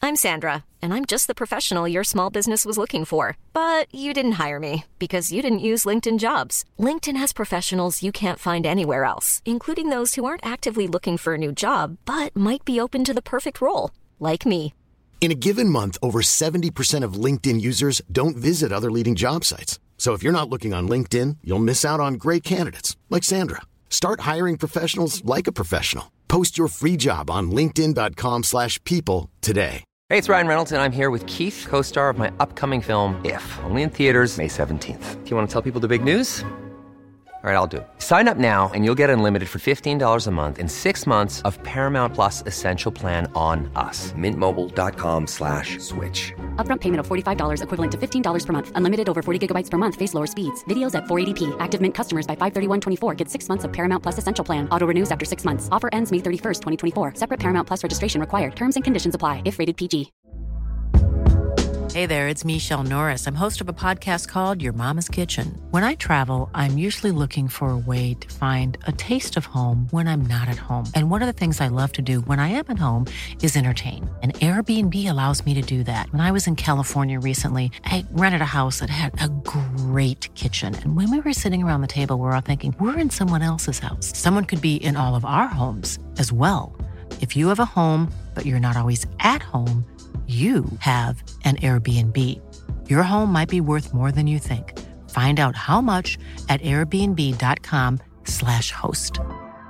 I'm Sandra, and I'm just the professional your small business was looking for. But you didn't hire me because you didn't use LinkedIn Jobs. LinkedIn has professionals you can't find anywhere else, including those who aren't actively looking for a new job, but might be open to the perfect role, like me. In a given month, over 70% of LinkedIn users don't visit other leading job sites. So if you're not looking on LinkedIn, you'll miss out on great candidates like Sandra. Start hiring professionals like a professional. Post your free job on linkedin.com/people today. Hey, it's Ryan Reynolds, and I'm here with Keith, co-star of my upcoming film, If, only in theaters May 17th. Do you want to tell people the big news? All right, I'll do it. Sign up now and you'll get unlimited for $15 a month and 6 months of Paramount Plus Essential Plan on us. Mintmobile.com/switch. Upfront payment of $45 equivalent to $15 per month. Unlimited over 40 gigabytes per month. Face lower speeds. Videos at 480p. Active Mint customers by 531.24 get 6 months of Paramount Plus Essential Plan. Auto renews after 6 months. Offer ends May 31st, 2024. Separate Paramount Plus registration required. Terms and conditions apply if rated PG. Hey there, it's Michelle Norris. I'm host of a podcast called Your Mama's Kitchen. When I travel, I'm usually looking for a way to find a taste of home when I'm not at home. And one of the things I love to do when I am at home is entertain. And Airbnb allows me to do that. When I was in California recently, I rented a house that had a great kitchen. And when we were sitting around the table, we were all thinking, we're in someone else's house. Someone could be in all of our homes as well. If you have a home, but you're not always at home, you have an Airbnb. Your home might be worth more than you think. Find out how much at airbnb.com/host.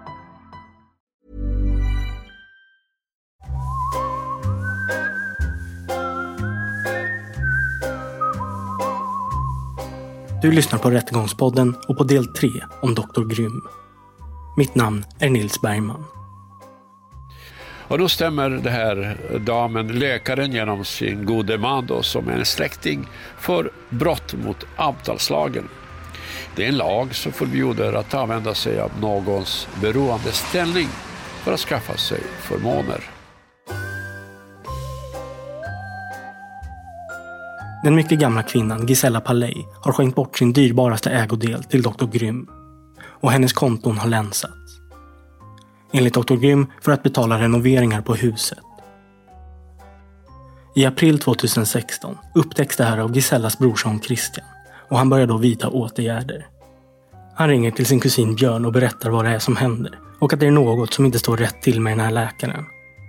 Du lyssnar på Rättegångspodden och på del 3 om Dr. Grym. Mitt namn är Nils Bergman. Och då stämmer det här damen, läkaren, genom sin gode man då, som är en släkting, för brott mot avtalslagen. Det är en lag som förbjuder att använda sig av någons beroende ställning för att skaffa sig förmåner. Den mycket gamla kvinnan Gisela Paley har skänkt bort sin dyrbaraste ägodel till Dr. Grym. Och hennes konton har länsats. Enligt Dr. Grym för att betala renoveringar på huset. I april 2016 upptäcks det här av Gisellas brorson Christian och han börjar då vidta åtgärder. Han ringer till sin kusin Björn och berättar vad det är som händer och att det är något som inte står rätt till med den här läkaren.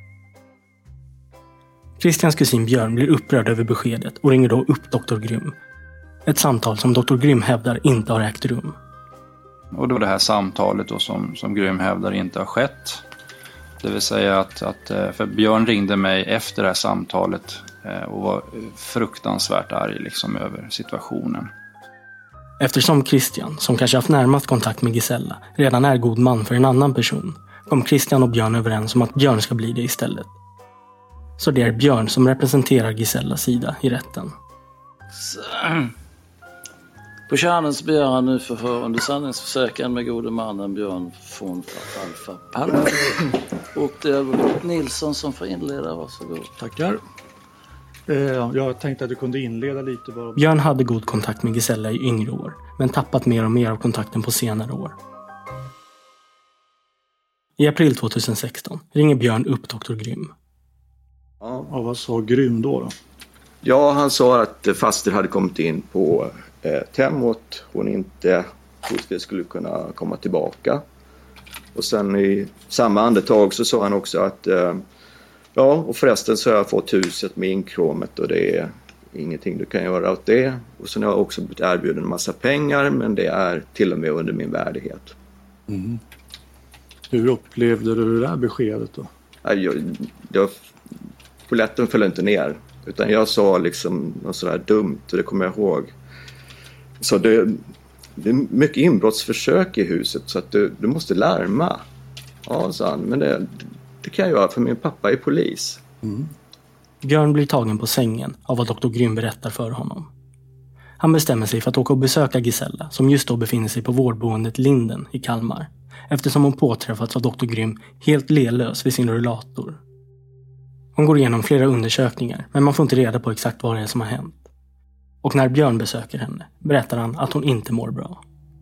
Christians kusin Björn blir upprörd över beskedet och ringer då upp Dr. Grym. Ett samtal som Dr. Grym hävdar inte har ägt rum. Och då det här samtalet då som Grym hävdar inte har skett. Det vill säga att för Björn ringde mig efter det här samtalet och var fruktansvärt arg liksom över situationen. Eftersom Christian, som kanske haft närmast kontakt med Gisella, redan är god man för en annan person, kom Christian och Björn överens om att Björn ska bli det istället. Så det är Björn som representerar Gisellas sida i rätten. På kärnens begäran nu förhör under sanningsförsäkran med gode mannen Björn von Alfa Palme. Och det är Nilsson som får inleda, varsågod. Tackar. Jag tänkte att du kunde inleda lite bara. Björn hade god kontakt med Gisella i yngre år, men tappat mer och mer av kontakten på senare år. I april 2016 ringer Björn upp Dr. Grym. Ja, vad sa Grym då? Ja, han sa att faster hade kommit in på ett hem och att hon inte skulle kunna komma tillbaka. Och sen i samma andetag så sa han också att ja, och förresten så har jag fått huset med inkråmet och det är ingenting du kan göra åt det. Och sen har jag också blivit erbjuden en massa pengar, men det är till och med under min värdighet. Mm. Hur upplevde du det där beskedet då? Polletten föll inte ner, utan jag sa liksom något sådär dumt, och det kommer jag ihåg. Så det är mycket inbrottsförsök i huset, så att du måste larma. Ja, sa han, men det kan jag göra för min pappa är polis. Mm. Björn blir tagen på sängen av vad Dr. Grym berättar för honom. Han bestämmer sig för att åka och besöka Gisella, som just då befinner sig på vårdboendet Linden i Kalmar, eftersom hon påträffats av Dr. Grym helt lelös vid sin rullator. Hon går igenom flera undersökningar, men man får inte reda på exakt vad det är som har hänt. Och när Björn besöker henne berättar han att hon inte mår bra.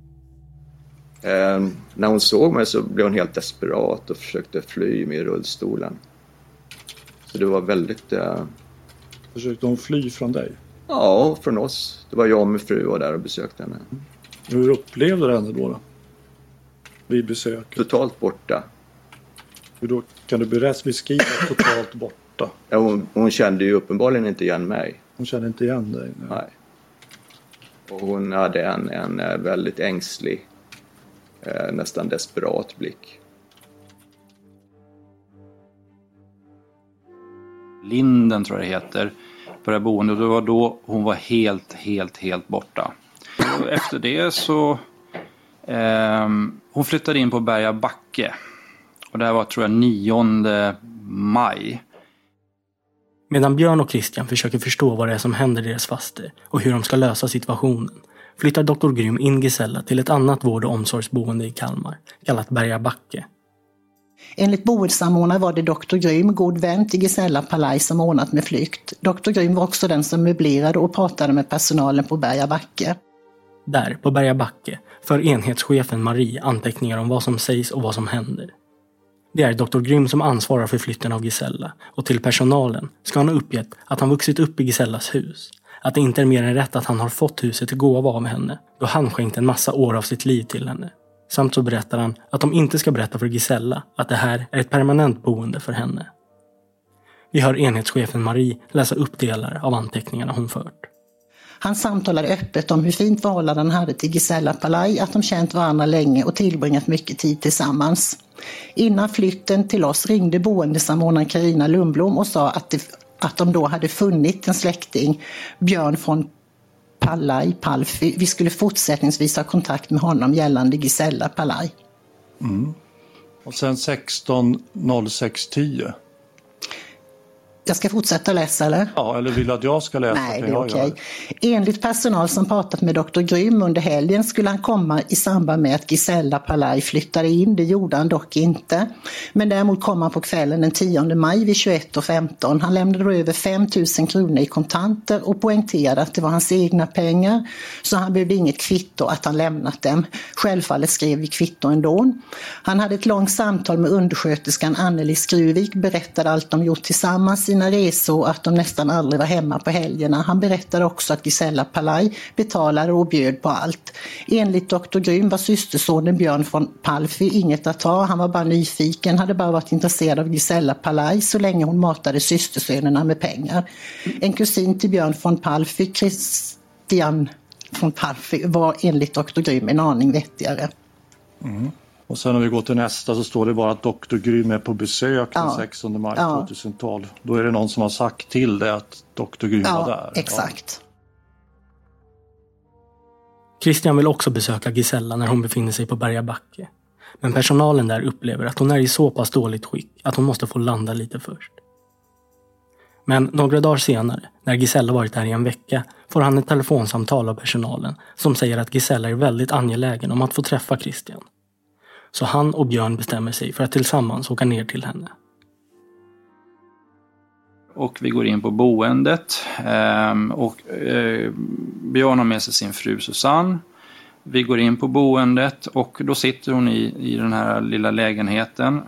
När hon såg mig så blev hon helt desperat och försökte fly med rullstolen. Så det var väldigt... Försökte hon fly från dig? Ja, från oss. Det var jag och min fru var där och besökte henne. Hur upplevde du henne då? Vid besöket? Totalt borta. Hur då kan du beskriva totalt borta? Ja, hon kände ju uppenbarligen inte igen mig. Hon kände inte igen dig? Nej. Och hon hade en väldigt ängslig, nästan desperat blick. Linden tror jag det heter, på det här boendet. Och det var då hon var helt borta. Och efter det så hon flyttade in på Berga Backe. Och det här var tror jag 9 maj. Medan Björn och Christian försöker förstå vad det är som händer i deras faster och hur de ska lösa situationen, flyttar Dr. Grym in Gisella till ett annat vård- och omsorgsboende i Kalmar, kallat Berga Backe. Enligt boendesamordnare var det Dr. Grym, god vän till Gisella Palaj, som ordnat med flykt. Dr. Grym var också den som möblerade och pratade med personalen på Berga Backe. Där, på Berga Backe, för enhetschefen Marie anteckningar om vad som sägs och vad som händer. Det är Dr. Grym som ansvarar för flytten av Gisella, och till personalen ska han ha uppgett att han vuxit upp i Gisellas hus. Att det inte är mer än rätt att han har fått huset till gåva av henne, då han skänkt en massa år av sitt liv till henne. Samt så berättar han att de inte ska berätta för Gisella att det här är ett permanent boende för henne. Vi hör enhetschefen Marie läsa upp delar av anteckningarna hon fört. Han samtalade öppet om hur fint förhållande han hade till Gisella Palaj, att de känt varandra länge och tillbringat mycket tid tillsammans. Innan flytten till oss ringde boendesamordnaren Carina Lundblom och sa att de då hade funnit en släkting, Björn från Palfi. Vi skulle fortsättningsvis ha kontakt med honom gällande Gisella Palaj. Och sen 16.06.10. Jag ska fortsätta läsa, eller? Ja, eller vill att jag ska läsa? Nej, det är okej. Enligt personal som pratat med Dr. Grym under helgen skulle han komma i samband med att Gisella Palaj flyttade in. Det gjorde han dock inte. Men däremot kom han på kvällen den 10 maj vid 21.15. Han lämnade då över 5 000 kronor i kontanter och poängterade att det var hans egna pengar. Så han behövde inget kvitto att han lämnat dem. Självfallet skrev vi kvitto ändå. Han hade ett långt samtal med undersköterskan Anneli Skruvik, berättade allt de gjort tillsammans, sina resor och att de nästan aldrig var hemma på helgerna. Han berättade också att Gisella Palaj betalade och bjöd på allt. Enligt Dr. Grym var systersonen Björn från Palfi inget att ta. Han var bara nyfiken, hade bara varit intresserad av Gisella Palaj så länge hon matade systersönerna med pengar. En kusin till Björn från Palfi, Christian från Palfi, var enligt Dr. Grym en aning vettigare. Och sen när vi går till nästa så står det bara att Dr. Grym är på besök den 16 maj 2012. Då är det någon som har sagt till det att Dr. Grym var där. Exakt. Christian vill också besöka Gisella när hon befinner sig på Berga Backe. Men personalen där upplever att hon är i så pass dåligt skick att hon måste få landa lite först. Men några dagar senare, när Gisella varit där i en vecka, får han ett telefonsamtal av personalen som säger att Gisella är väldigt angelägen om att få träffa Christian. Så han och Björn bestämmer sig för att tillsammans åka ner till henne. Och vi går in på boendet. Björn har med sig sin fru Susanne. Vi går in på boendet och då sitter hon i den här lilla lägenheten.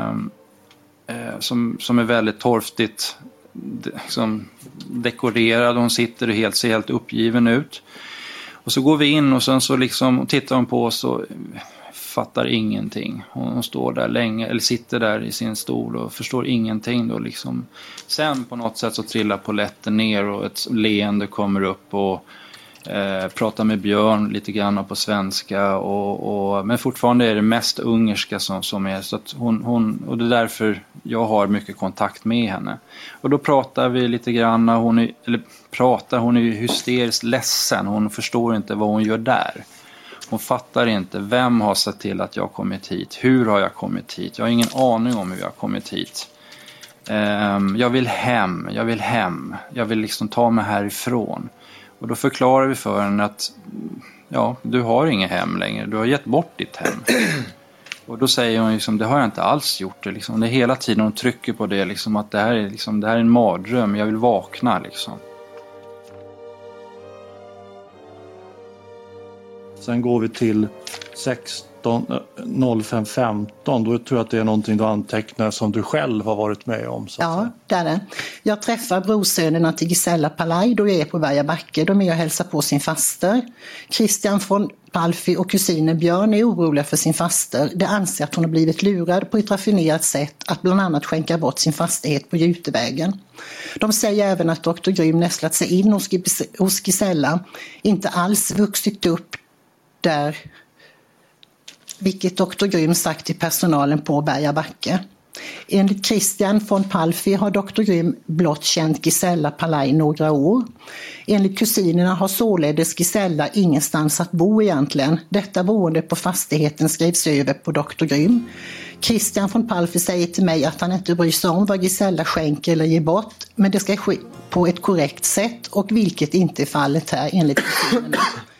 Som är väldigt torftigt liksom, dekorerad. Hon sitter och ser helt uppgiven ut. Och så går vi in och sen så liksom tittar hon på oss och fattar ingenting. Hon står där länge, eller sitter där i sin stol och förstår ingenting då liksom. Sen på något sätt så trillar polletten ner och ett leende kommer upp och pratar med Björn lite grann på svenska men fortfarande är det mest ungerska som är så att hon och det är därför jag har mycket kontakt med henne. Och då pratar vi lite grann, hon är ju hysteriskt ledsen, hon förstår inte vad hon gör där. Hon fattar inte, vem har sett till att jag har kommit hit? Hur har jag kommit hit? Jag har ingen aning om hur jag har kommit hit. Jag vill hem. Jag vill liksom ta mig härifrån. Och då förklarar vi för henne att du har inget hem längre. Du har gett bort ditt hem. Och då säger hon liksom, det har jag inte alls gjort. Det är hela tiden hon trycker på det liksom, att det här är en mardröm. Jag vill vakna liksom. Sen går vi till 05.15, då tror jag att det är någonting du antecknar som du själv har varit med om. Ja, det är det. Jag träffar brorsönerna till Gisella Palaj då jag är på Berga Backe. De är och hälsar på sin faster. Christian von Palfi och kusinen Björn är oroliga för sin faster. De anser att hon har blivit lurad på ett raffinerat sätt att bland annat skänka bort sin fastighet på Jutevägen. De säger även att Dr. Grym nästlat sig in hos Gisella, inte alls vuxit upp där, vilket Dr. Grym sagt till personalen på Berga Backe. Enligt Christian von Palfi har Dr. Grym blott känt Gisella Palaj några år. Enligt kusinerna har således Gisella ingenstans att bo egentligen. Detta boende på fastigheten skrivs över på Dr. Grym. Christian von Palfi säger till mig att han inte bryr sig om vad Gisella skänker eller ger bort, men det ska ske på ett korrekt sätt, och vilket inte är fallet här enligt kusinerna.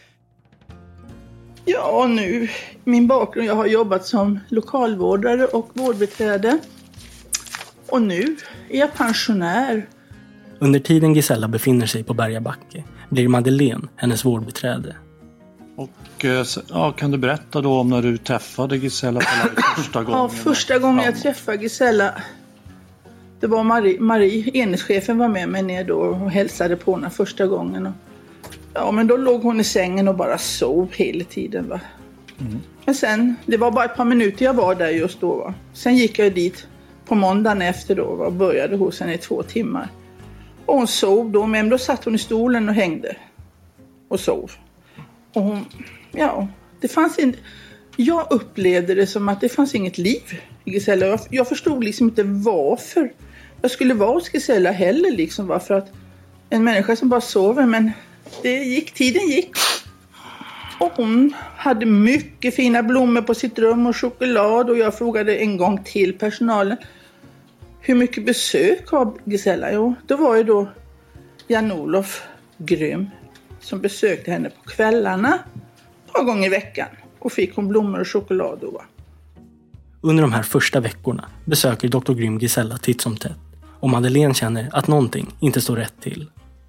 Ja, nu min bakgrund, jag har jobbat som lokalvårdare och vårdbiträde. Och nu är jag pensionär. Under tiden Gisella befinner sig på Berga Backe blir Madeleine hennes vårdbiträde. Och ja, kan du berätta då om när du träffade Gisella Palaj första gången? Ja, första gången jag träffade Gisella, det var Marie, enhetschefen, var med mig ner då och hälsade på henne första gången. Och ja, men då låg hon i sängen och bara sov hela tiden, va. Men sen, det var bara ett par minuter jag var där just då, va. Sen gick jag dit på måndagen efter då, va, och började hos henne i 2 timmar. Och hon sov då, men då satt hon i stolen och hängde och sov. Och hon, ja, det fanns inte, jag upplevde det som att det fanns inget liv i Gisella. Jag förstod liksom inte varför jag skulle vara hos Gisella heller, liksom, va, för att en människa som bara sover, men tiden gick. Och hon hade mycket fina blommor på sitt rum och choklad. Och jag frågade en gång till personalen, hur mycket besök har Gisella? Jo, det var ju då Jan-Olof Grym som besökte henne på kvällarna ett par gånger i veckan. Och fick hon blommor och choklad då, va? Under de här första veckorna besöker Dr. Grym Gisella titt som tätt. Och Madeleine känner att någonting inte står rätt till.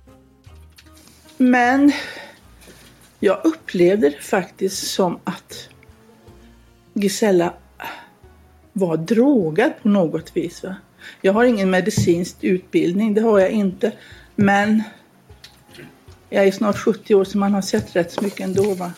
Men jag upplevde det faktiskt som att Gisella var drogad på något vis, va? Jag har ingen medicinsk utbildning, det har jag inte. Men jag är snart 70 år, så man har sett rätt så mycket ändå, va?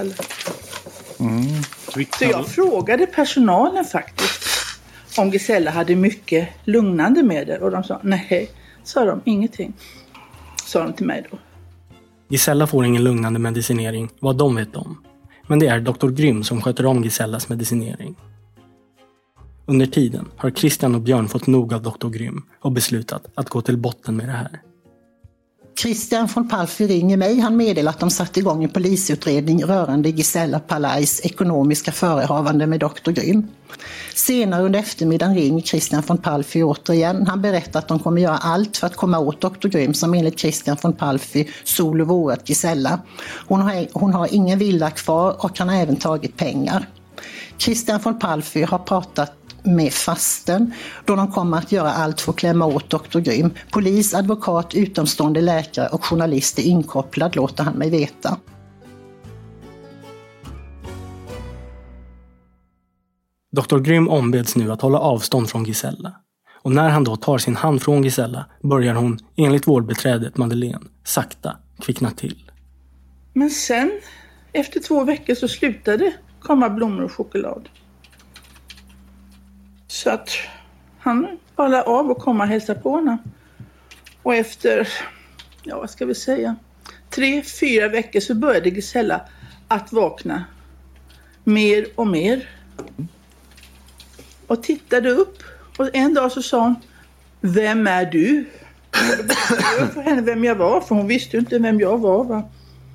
Så jag frågade personalen faktiskt om Gisella hade mycket lugnande medel. Och de sa, nej, sa de, ingenting. Sa de till mig då. Gisella får ingen lugnande medicinering, vad de vet om. Men det är Dr. Grym som sköter om Gisellas medicinering. Under tiden har Christian och Björn fått nog av Dr. Grym och beslutat att gå till botten med det här. Christian von Palfi ringer mig. Han meddelar att de satt igång en polisutredning rörande Gisella Palajs ekonomiska förehavande med Dr. Grym. Senare under eftermiddagen ringer Christian von Palfi återigen. Han berättar att de kommer göra allt för att komma åt Dr. Grym, som enligt Christian von Palfi solo vårat Gisella. Hon har ingen villa kvar och han har även tagit pengar. Christian von Palfi har pratat med fasten då de kommer att göra allt för att klämma åt Dr. Grym. Polis, advokat, utomstående läkare och journalister inkopplad, låter han mig veta. Dr. Grym ombeds nu att hålla avstånd från Gisella. Och när han då tar sin hand från Gisella börjar hon, enligt vårdbiträdet Madeleine, sakta kvickna till. Men sen, efter 2 veckor så slutade komma blommor och choklad. Så att han bara av och komma och hälsa på henne. Och efter, ja vad ska vi säga, 3-4 veckor så började Gisella att vakna mer och mer. Och tittade upp. Och en dag så sa hon, vem är du? Jag för henne vem jag var, för hon visste ju inte vem jag var, va?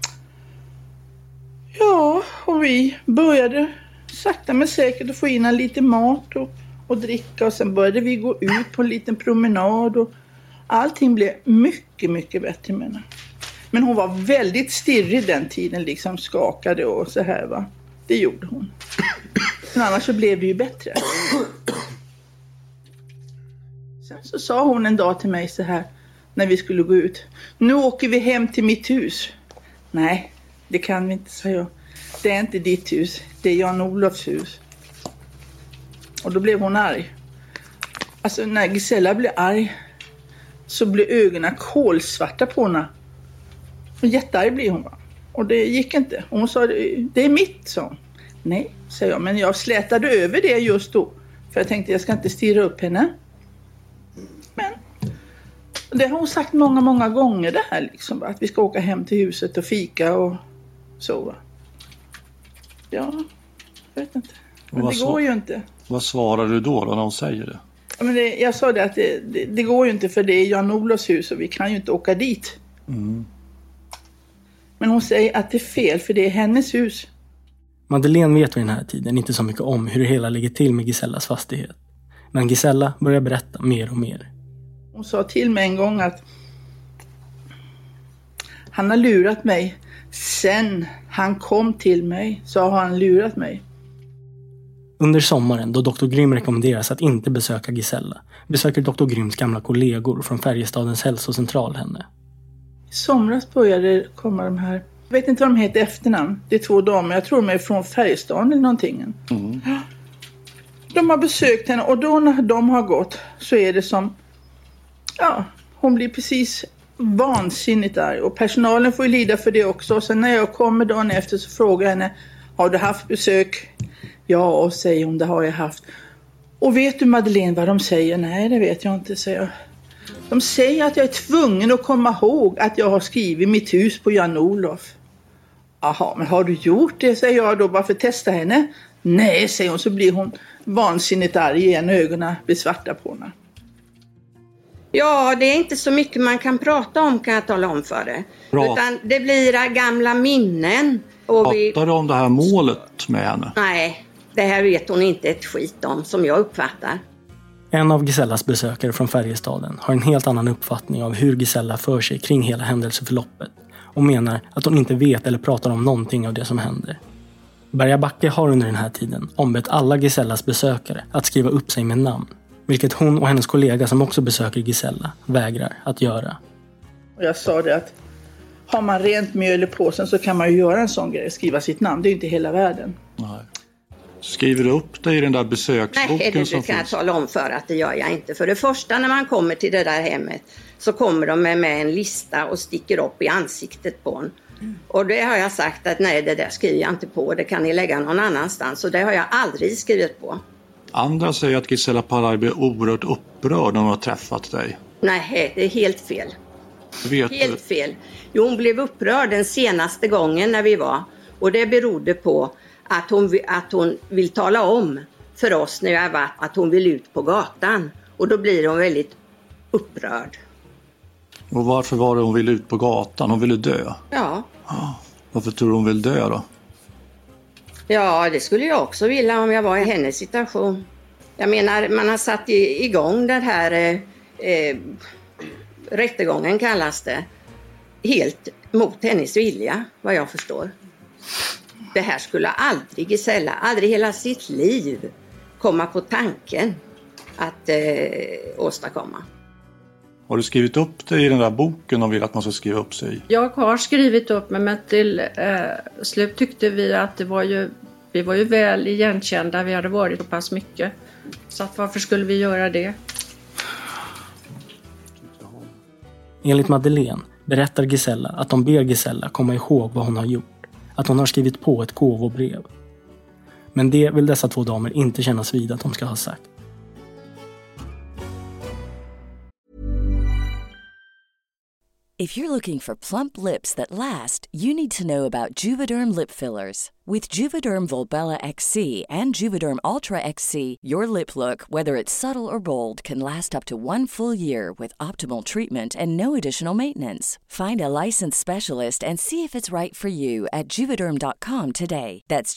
Ja, och vi började sakta men säkert att få in lite mat och dricka. Och sen började vi gå ut på en liten promenad. Och allting blev mycket, mycket bättre med henne. Men hon var väldigt stirrig den tiden, liksom skakade och så här, va. Det gjorde hon. Men annars så blev det ju bättre. Sen så sa hon en dag till mig så här, när vi skulle gå ut. Nu åker vi hem till mitt hus. Nej, det kan vi inte, sa jag. det är inte ditt hus, det är Jan-Olofs hus. Och då blev hon arg. Alltså när Gisella blev arg så blev ögonen kolsvarta på henne. Och jättearg blev hon. Och det gick inte. Och hon sa, det är mitt, sa hon. Nej, säger jag, men jag slätade över det just då. För jag tänkte, jag ska inte stirra upp henne. Men det har hon sagt många, många gånger det här liksom. Att vi ska åka hem till huset och fika och så. Ja, jag vet inte. Men det går ju inte. Vad svarar du då när hon säger det? Men jag sa det att det går ju inte för det är Jan-Olofs hus och vi kan ju inte åka dit. Mm. Men hon säger att det är fel för det är hennes hus. Madeleine vet vid den här tiden inte så mycket om hur det hela ligger till med Gisellas fastighet. Men Gisella börjar berätta mer och mer. Hon sa till mig en gång att han har lurat mig. Sen han kom till mig så har han lurat mig. Under sommaren, då Dr. Grym rekommenderas att inte besöka Gisella, besöker Dr. Gryms gamla kollegor från Färjestadens hälsocentral henne. I somras började komma de här, jag vet inte vad de heter efternamn. Det är 2 damer, jag tror de är från Färjestaden eller någonting. Mm. De har besökt henne och då när de har gått så är det som, ja, hon blir precis vansinnigt arg. Och personalen får ju lida för det också. Och sen när jag kommer dagen efter så frågar jag henne, har du haft besök? Ja, och säger hon, det har jag haft. Och vet du Madeleine vad de säger? Nej, det vet jag inte, säger jag. De säger att jag är tvungen att komma ihåg att jag har skrivit mitt hus på Jan-Olof. Jaha, men har du gjort det, säger jag då, bara för att testa henne? Nej, säger hon, så blir hon vansinnigt arg igen, ögonen blir svarta på henne. Ja, det är inte så mycket man kan prata om, kan jag tala om för det. Bra. Utan det blir gamla minnen. Och pratar du om det här målet med henne? Nej, det här vet hon inte ett skit om, som jag uppfattar. En av Gisellas besökare från Färjestaden har en helt annan uppfattning av hur Gisella för sig kring hela händelseförloppet och menar att hon inte vet eller pratar om någonting av det som händer. Berga Backe har under den här tiden ombett alla Gisellas besökare att skriva upp sig med namn, vilket hon och hennes kollega som också besöker Gisella vägrar att göra. Och jag sa det att har man rent mjöl i påsen så kan man ju göra en sån grej, skriva sitt namn, det är ju inte hela världen. Nej. Skriver du upp det i den där besöksboken? Nej, det som kan finns? jag tala om för att det gör jag inte. För det första när man kommer till det där hemmet så kommer de med en lista och sticker upp i ansiktet på en. Och det har jag sagt att nej, det där skriver jag inte på, det kan ni lägga någon annanstans. Och det har jag aldrig skrivit på. Andra säger att Gisella Paraj blir oerhört upprörd när hon har träffat dig. Nej, det är helt fel. Vet helt du? fel. Jo, hon blev upprörd den senaste gången när vi var. Och det berodde på att hon vill tala om för oss när jag var att hon vill ut på gatan. Och då blir hon väldigt upprörd. Och varför var det hon ville ut på gatan? Hon ville dö? Ja. Varför tror du hon vill dö då? Ja, det skulle jag också vilja om jag var i hennes situation. Jag menar, man har satt igång den här rättegången kallas det. Helt mot hennes vilja, vad jag förstår. Det här skulle aldrig Gisella, aldrig hela sitt liv komma på tanken att åstadkomma. Har du skrivit upp det i den där boken och vill att man ska skriva upp sig? Jag har skrivit upp mig, men till slut tyckte vi att vi var ju väl igenkända, vi hade varit så pass mycket. Så att varför skulle vi göra det? Enligt Madeleine berättar Gisella att de ber Gisella komma ihåg vad hon har gjort. Att hon har skrivit på ett gåvobrev. Men det vill dessa 2 damer inte kännas vid att de ska ha sagt. If you're looking for plump lips that last, you need to know about Juvederm lip fillers. With Juvederm Volbella XC and Juvederm Ultra XC, your lip look, whether it's subtle or bold, can last up to 1 full year with optimal treatment and no additional maintenance. Find a licensed specialist and see if it's right for you at Juvederm.com today. That's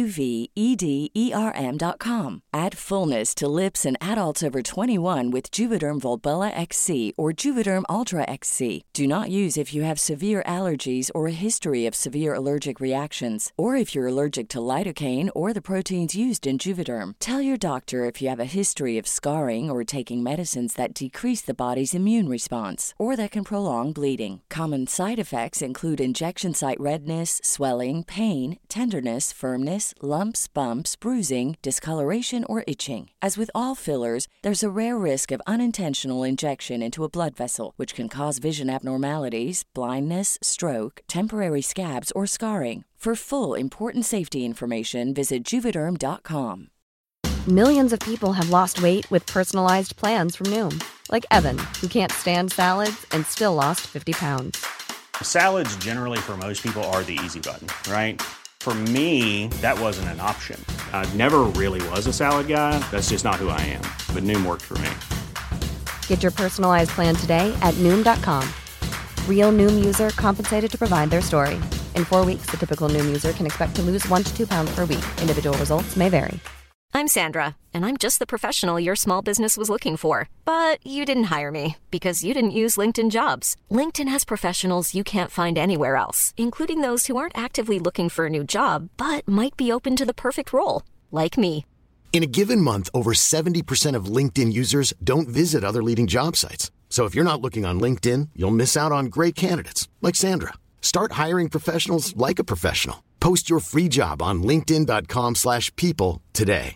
JUVEDERM.com. Add fullness to lips in adults over 21 with Juvederm Volbella XC or Juvederm Ultra XC. Do not use if you have severe allergies or a history of severe allergic reactions, or if you're you're allergic to lidocaine or the proteins used in Juvederm. Tell your doctor if you have a history of scarring or taking medicines that decrease the body's immune response or that can prolong bleeding. Common side effects include injection site redness, swelling, pain, tenderness, firmness, lumps, bumps, bruising, discoloration, or itching. As with all fillers, there's a rare risk of unintentional injection into a blood vessel, which can cause vision abnormalities, blindness, stroke, temporary scabs, or scarring. For full, important safety information, visit Juvederm.com. Millions of people have lost weight with personalized plans from Noom. Like Evan, who can't stand salads and still lost 50 pounds. Salads generally for most people are the easy button, right? For me, that wasn't an option. I never really was a salad guy. That's just not who I am. But Noom worked for me. Get your personalized plan today at Noom.com. Real Noom user compensated to provide their story. In 4 weeks, the typical Noom user can expect to lose 1 to 2 pounds per week. Individual results may vary. I'm Sandra, and I'm just the professional your small business was looking for. But you didn't hire me because you didn't use LinkedIn Jobs. LinkedIn has professionals you can't find anywhere else, including those who aren't actively looking for a new job, but might be open to the perfect role, like me. In a given month, over 70% of LinkedIn users don't visit other leading job sites. So if you're not looking on LinkedIn, you'll miss out on great candidates like Sandra. Start hiring professionals like a professional. Post your free job on linkedin.com/people today.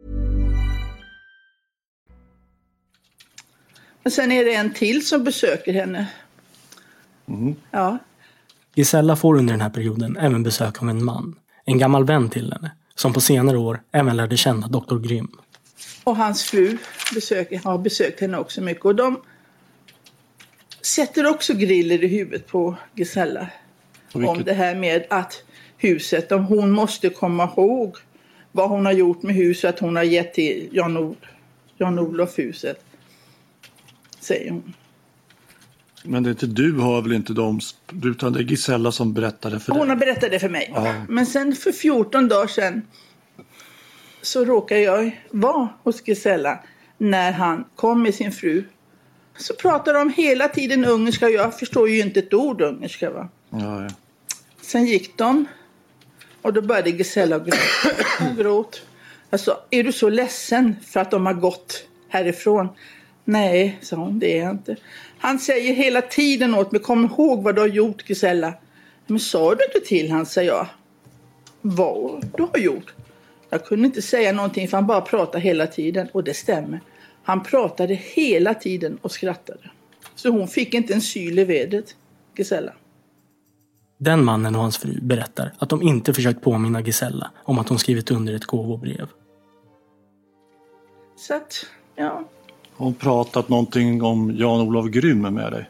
Men sen är det en till som besöker henne. Ja. Gisella får under den här perioden även besök av en man, en gammal vän till henne, som på senare år även lärde känna Dr. Grym. Och hans fru har besökt henne också mycket. Och de sätter också griller i huvudet på Gisella. Om det här med att huset, om hon måste komma ihåg vad hon har gjort med huset, att hon har gett till Jan-Olof huset, säger hon. Men det är inte du har väl inte de, utan det är Gisella som berättade för dig. Hon har berättat det för mig. Ja. Men sen för 14 dagar sedan så råkade jag vara hos Gisella när han kom med sin fru. Så pratar de hela tiden ungerska. Jag förstår ju inte ett ord ungerska, va? Ja. Sen gick de och då började Gisella gråta. Alltså, är du så ledsen för att de har gått härifrån? Nej, sa hon, det är jag inte. Han säger hela tiden åt mig, kom ihåg vad du har gjort, Gisella. Men sa du inte till han, säger jag. Vad du har gjort? Jag kunde inte säga någonting för han bara pratade hela tiden. Och det stämmer. Han pratade hela tiden och skrattade. Så hon fick inte en syl i vädret, Gisella. Den mannen och hans fru berättar att de inte försökt påminna Gisella om att hon skrivit under ett gåvobrev. Så att, ja. Har hon pratat någonting om Jan-Olof Grym med dig?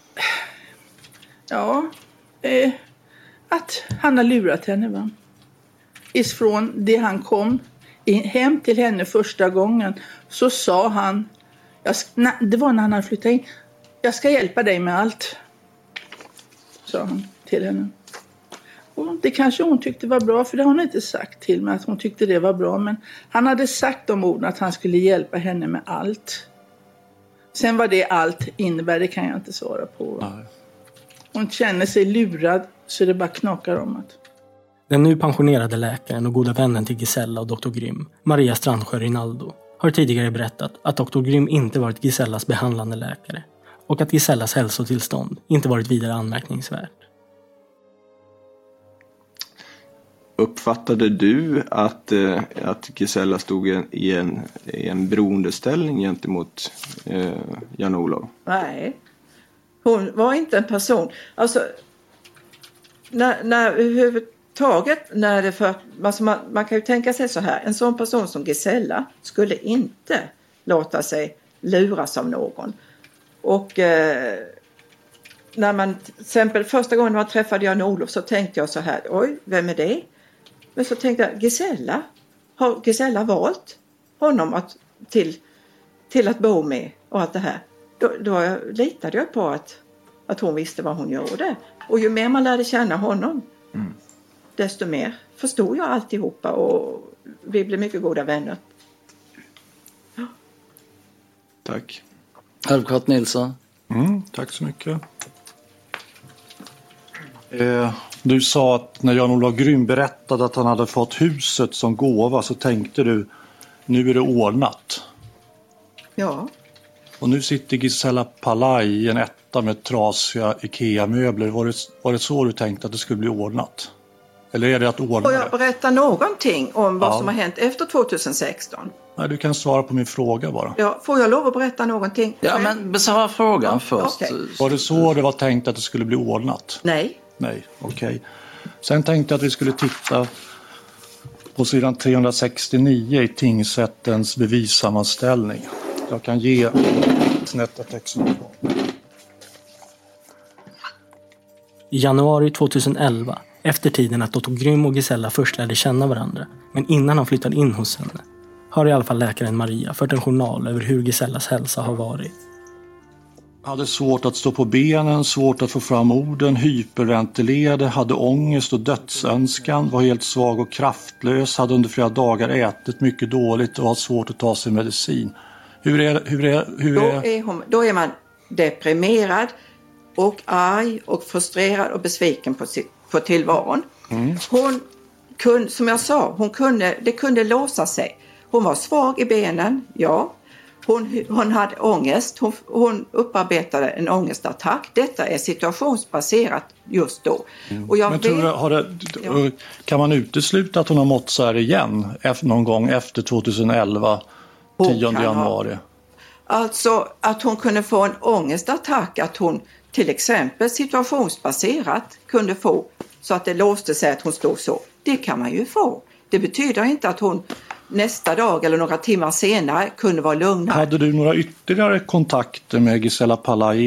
Ja, att han har lurat henne, va? Ifrån det han kom hem till henne första gången så sa han, det var när han hade flyttat in, jag ska hjälpa dig med allt, sa han till henne. Och det kanske hon tyckte var bra, för det har hon inte sagt till mig att hon tyckte det var bra, men han hade sagt de orden att han skulle hjälpa henne med allt. Sen vad det allt innebär, det kan jag inte svara på. Nej. Hon känner sig lurad så det bara knakar om att. Den nu pensionerade läkaren och goda vännen till Gisella och Dr. Grym, Maria Strandsjö Rinaldo, har tidigare berättat att Dr. Grym inte varit Gisellas behandlande läkare och att Gisellas hälsotillstånd inte varit vidare anmärkningsvärt. Uppfattade du att Gisella stod i en beroendeställning gentemot Jan-Olof? Nej, hon var inte en person. Alltså, när överhuvudtaget, man kan ju tänka sig så här. En sån person som Gisella skulle inte låta sig luras av någon. Och när man, till exempel första gången man träffade Jan-Olof så tänkte jag så här, oj, vem är det? Men så tänkte jag, Gisella, har Gisella valt honom till att bo med och allt det här? Då litade jag på att hon visste vad hon gjorde. Och ju mer man lärde känna honom, desto mer förstod jag alltihopa och vi blev mycket goda vänner. Ja. Tack. Advokat Nilsson. Tack så mycket. Du sa att när Jan-Olof Grym berättade att han hade fått huset som gåva så tänkte du, nu är det ordnat. Ja. Och nu sitter Gisela Palaj i en etta med trasiga IKEA-möbler. Var det så du tänkte att det skulle bli ordnat? Eller är det att ordna Får jag berätta någonting om vad Ja. som har hänt efter 2016? Nej, du kan svara på min fråga bara. Ja, får jag lov att berätta någonting? Ja, men besvara frågan först. okej. Var det så det var tänkt att det skulle bli ordnat? Nej. Nej, okej. Sen tänkte jag att vi skulle titta på sidan 369 i tingsrättens bevissammanställning. Jag kan ge snett ett exemplar. I januari 2011, efter tiden att Dr. Grym och Gisela först lärde känna varandra, men innan han flyttade in hos henne, har i alla fall läkaren Maria fört en journal över hur Gisellas hälsa har varit. Hade svårt att stå på benen, svårt att få fram orden, hyperventilerade, hade ångest och dödsönskan, var helt svag och kraftlös, hade under flera dagar ätit mycket dåligt och har svårt att ta sig medicin. Då är man deprimerad och arg och frustrerad och besviken på tillvaron. Hon kunde, som jag sa, det kunde låsa sig. Hon var svag i benen, ja. Hon hade ångest, hon upparbetade en ångestattack. Detta är situationsbaserat just då. Och jag kan man utesluta att hon har mått så här igen någon gång efter 2011, 10 januari? Alltså att hon kunde få en ångestattack, att hon till exempel situationsbaserat kunde få så att det låste sig att hon stod så. Det kan man ju få. Det betyder inte att hon nästa dag eller några timmar senare kunde vara lugnare. Hade du några ytterligare kontakter med Gisela Palaj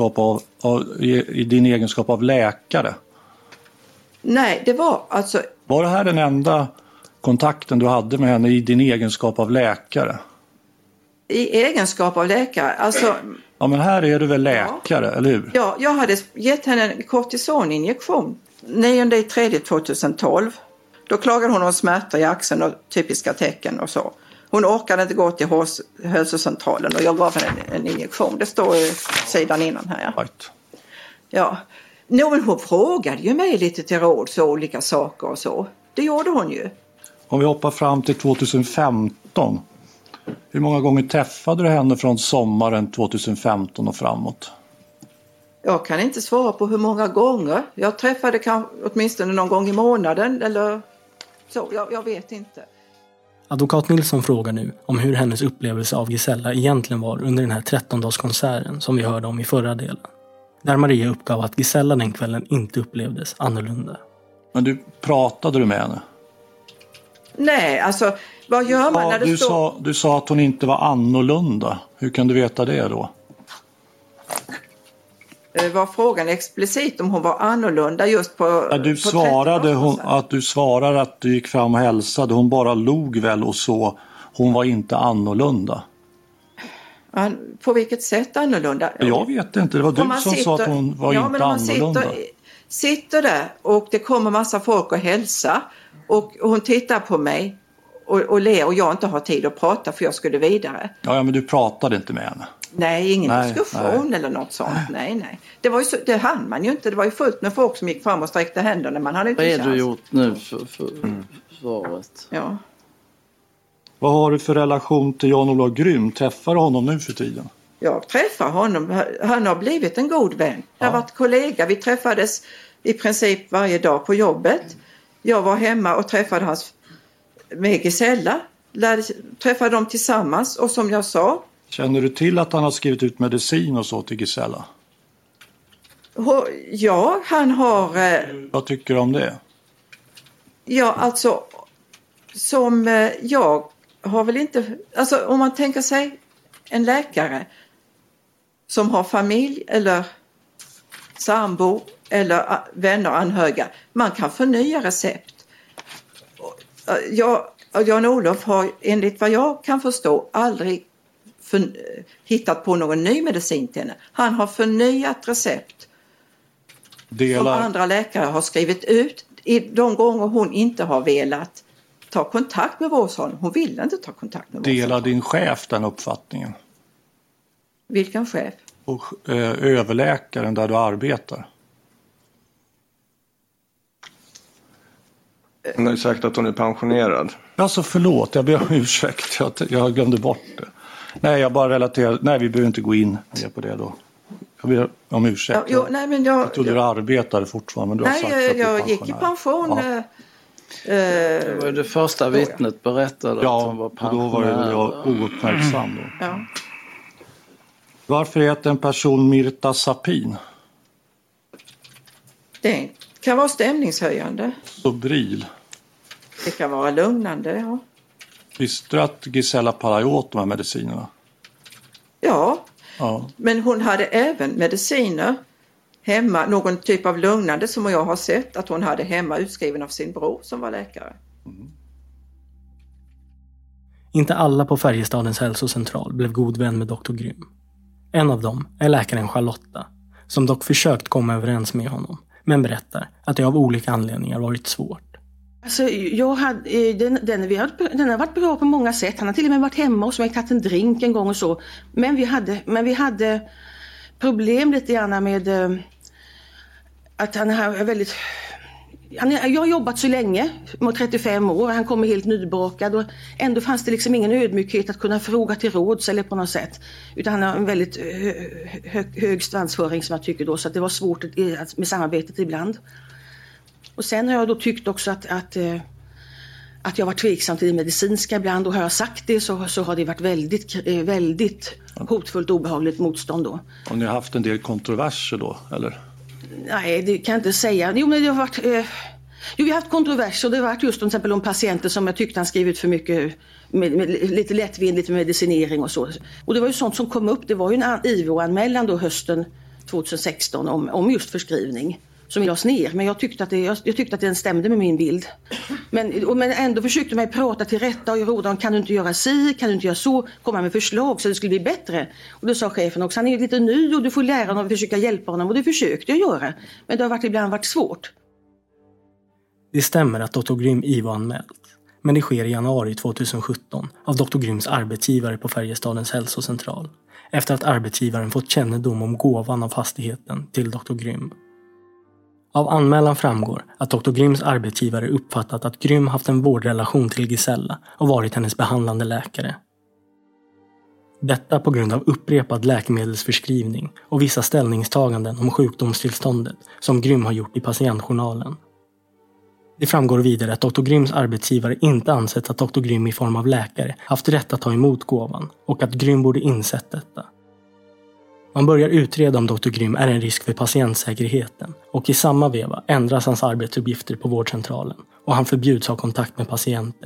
i din egenskap av läkare? Nej, det var alltså... Var det här den enda kontakten du hade med henne i din egenskap av läkare? I egenskap av läkare, alltså... Ja, men här är du väl läkare, eller hur? Ja, jag hade gett henne en kortisoninjektion 9/3/2012. Då klagade hon om smärta i axeln och typiska tecken och så. Hon orkade inte gå till hälsocentralen och jag gav henne en injektion. Det står i sidan innan här. Right. Ja. Men hon frågade ju mig lite till råd så olika saker och så. Det gjorde hon ju. Om vi hoppar fram till 2015. Hur många gånger träffade du henne från sommaren 2015 och framåt? Jag kan inte svara på hur många gånger. Jag träffade åtminstone någon gång i månaden eller så. Jag vet inte. Advokat Nilsson frågar nu om hur hennes upplevelse av Gisela egentligen var under den här 13-dagskonserten som vi hörde om i förra delen. Där Maria uppgav att Gisela den kvällen inte upplevdes annorlunda. Men pratade du med henne? Nej, alltså vad gör man när det står... Du sa att hon inte var annorlunda. Hur kan du veta det då? Var frågan explicit om hon var annorlunda just på... Ja, du svarade att du gick fram och hälsade. Hon bara log väl och så. Hon var inte annorlunda. På vilket sätt annorlunda? Jag vet inte. Det var du som sa att hon var inte annorlunda. Sitter där och det kommer massa folk och hälsa. Och hon tittar på mig och ler och jag inte har tid att prata för jag skulle vidare. Ja, men du pratade inte med henne. Nej, ingen diskussion eller något sånt. Nej. Det var ju det hann man ju inte. Det var ju fullt med folk som gick fram och sträckte händerna. Man hade inte chans. Vad är du gjort nu för svaret? Ja. Vad har du för relation till Jan-Olof Grym? Träffar du honom nu för tiden? Jag träffar honom. Han har blivit en god vän. Jag har varit kollega. Vi träffades i princip varje dag på jobbet. Jag var hemma och träffade med Gisela. Träffade dem tillsammans och som jag sa. Känner du till att han har skrivit ut medicin och så till Gisela? Ja, han har... Vad tycker du om det? Ja, alltså som jag har väl inte... Alltså om man tänker sig en läkare som har familj eller sambo eller vänner och anhöriga. Man kan förnya recept. Jan-Olof har enligt vad jag kan förstå aldrig hittat på någon ny medicin till henne. Han har förnyat recept som andra läkare har skrivit ut i de gånger hon inte har velat ta kontakt med Vårson. Hon vill inte ta kontakt med Vårson. Delar din chef den uppfattningen? Vilken chef? Och överläkaren där du arbetar. Hon har ju sagt att hon är pensionerad. Alltså förlåt, jag ber om ursäkt. Jag glömde bort det. Nej, jag bara relaterar. Nej, vi behöver inte gå in mer på det då. Jag ber om ursäkt. Jag trodde du arbetade fortfarande. Men du har sagt att jag gick i pension. Ja. Det var det första vittnet berättade att hon var pensionär. Ja, då var jag ouppmärksam då. Ja. Varför heter en person Mirtazapin? Det kan vara stämningshöjande. Sobril. Det kan vara lugnande, ja. Visste du att Gisela Palay åt de här medicinerna? Ja, men hon hade även mediciner hemma. Någon typ av lugnande som jag har sett att hon hade hemma utskriven av sin bror som var läkare. Inte alla på Färjestadens hälsocentral blev god vän med Dr. Grym. En av dem är läkaren Charlotta, som dock försökt komma överens med honom, men berättar att det av olika anledningar varit svårt. Alltså, den har varit bra på många sätt. Han har till och med varit hemma och så har jag tagit en drink en gång och så. Men vi hade problem lite grann med att han har väldigt... Jag har jobbat så länge, med 35 år, han kommer helt nybakad och ändå fanns det liksom ingen ödmjukhet att kunna fråga till råds eller på något sätt. Utan han har en väldigt hög svansföring som jag tycker då, så att det var svårt med samarbetet ibland. Och sen har jag då tyckt också att jag var tveksam till det medicinska ibland, och har jag sagt det så har det varit väldigt hotfullt och obehagligt motstånd då. Har ni haft en del kontroverser då, eller? Nej, det kan jag inte säga. Jo, men det har varit... vi har haft kontroverser, och det har varit just till exempel om patienter som jag tyckte han skrivit för mycket med lite lättvindigt med medicinering och så. Och det var ju sånt som kom upp. Det var ju en IVO-anmälan då hösten 2016 om just förskrivning som lades ner. Men jag tyckte att den stämde med min bild. Men ändå försökte man prata till rätta och råda, kan du inte göra si, kan du inte göra så, komma med förslag så det skulle bli bättre. Och då sa chefen också, han är lite ny och du får lära honom och försöka hjälpa honom, och det försökte jag göra. Men det har ibland varit svårt. Det stämmer att Dr. Grym IVO-anmält, men det sker i januari 2017 av Dr. Gryms arbetsgivare på Färjestadens hälsocentral, efter att arbetsgivaren fått kännedom om gåvan av fastigheten till Dr. Grym. Av anmälan framgår att Dr. Gryms arbetsgivare uppfattat att Grym haft en vårdrelation till Gisella och varit hennes behandlande läkare. Detta på grund av upprepad läkemedelsförskrivning och vissa ställningstaganden om sjukdomstillståndet som Grym har gjort i patientjournalen. Det framgår vidare att Dr. Gryms arbetsgivare inte ansett att Dr. Grym i form av läkare haft rätt att ta emot gåvan och att Grym borde insett detta. Man börjar utreda om Dr. Grym är en risk för patientsäkerheten, och i samma veva ändras hans arbetsuppgifter på vårdcentralen och han förbjuds ha kontakt med patienter.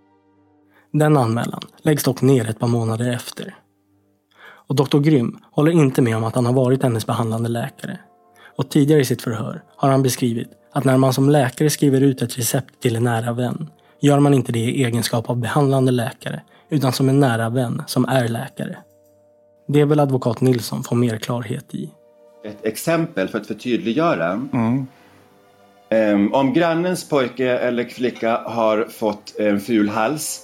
Den anmälan läggs dock ner ett par månader efter. Och Dr. Grym håller inte med om att han har varit hennes behandlande läkare. Och tidigare i sitt förhör har han beskrivit att när man som läkare skriver ut ett recept till en nära vän gör man inte det i egenskap av behandlande läkare utan som en nära vän som är läkare. Det vill advokat Nilsson få mer klarhet i. Ett exempel för att förtydliggöra. Om grannens pojke eller flicka har fått en ful hals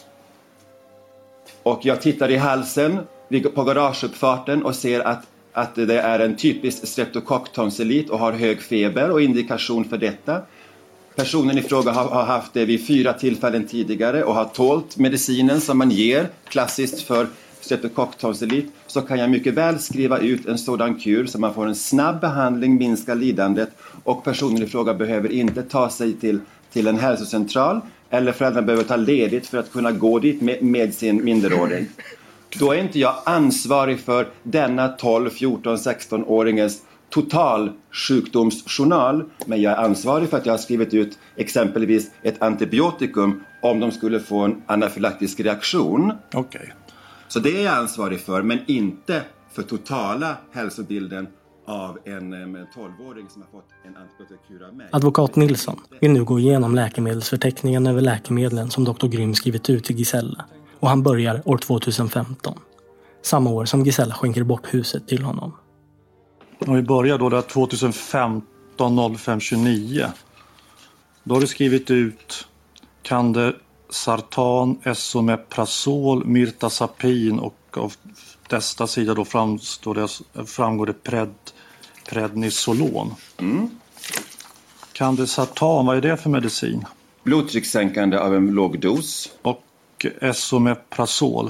och jag tittar i halsen på garageuppfarten och ser att det är en typisk streptokocktonsillit och har hög feber och indikation för detta. Personen i fråga har haft det vid 4 tillfällen tidigare och har tålt medicinen som man ger klassiskt för streptokocktonsillit, så kan jag mycket väl skriva ut en sådan kur så man får en snabb behandling, minskar lidandet, och personen i fråga behöver inte ta sig till en hälsocentral, eller föräldrarna behöver ta ledigt för att kunna gå dit med sin minderåring. Då är inte jag ansvarig för denna 12, 14, 16-åringens total sjukdomsjournal, men jag är ansvarig för att jag har skrivit ut exempelvis ett antibiotikum om de skulle få en anafylaktisk reaktion. Okej. Så det är jag ansvarig för, men inte för totala hälsobilden av en 12-åring som har fått en antibiotikakur av mig. Advokat Nilsson vill nu gå igenom läkemedelsförteckningen över läkemedlen som Dr. Grym skrivit ut till Gisella, och han börjar år 2015. Samma år som Gisella skänker bort huset till honom. Om vi börjar då där 2015 0529. Då har du skrivit ut Candesartan, Esomeprazol, Mirtazapin, och av nästa sida då framgår det Prednisolon. Candesartan, vad är det för medicin? Blodtryckssänkande av en låg dos. Och esomeprazol.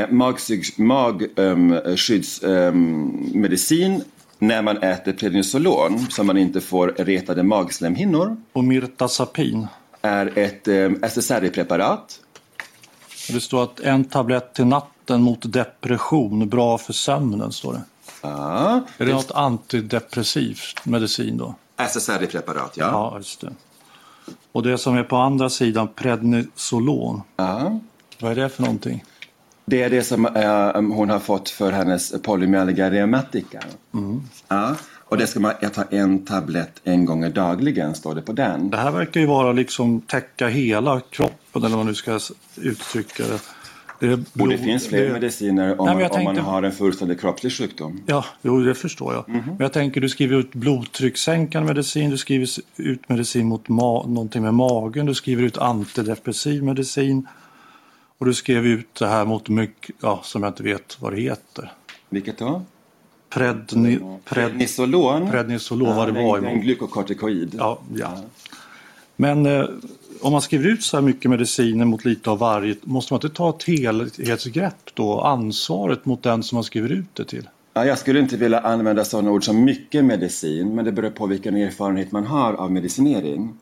Magskyddsmedicin när man äter prednisolon så man inte får retade magslemhinnor. Och mirtazapin. Är ett SSRI-preparat. Det står att en tablett till natten mot depression, bra för sömnen, står det. Ja. Är det något antidepressivt medicin då? SSRI-preparat, ja. Ja, just det. Och det som är på andra sidan, prednisolon. Ja. Vad är det för någonting? Det är det som hon har fått för hennes polymyalgia rheumatica. Ja. Och det ska man äta en tablett en gång dagligen, står det på den. Det här verkar ju vara liksom täcka hela kroppen, eller vad man nu ska uttrycka det. Och det finns fler mediciner om man har en fullständig kroppslig sjukdom. Ja, det förstår jag. Men jag tänker, du skriver ut blodtryckssänkande medicin, du skriver ut medicin mot någonting med magen, du skriver ut antidepressiv medicin och du skrev ut det här mot som jag inte vet vad det heter. Vilket då? Prednisolon. Prednisolon, vad det var emot. En glykokortikoid. Ja. Men om man skriver ut så här mycket mediciner mot lite av varje, måste man inte ta ett helhetsgrepp då, ansvaret mot den som man skriver ut det till? Ja, jag skulle inte vilja använda sådana ord som mycket medicin, men det beror på vilken erfarenhet man har av medicinering.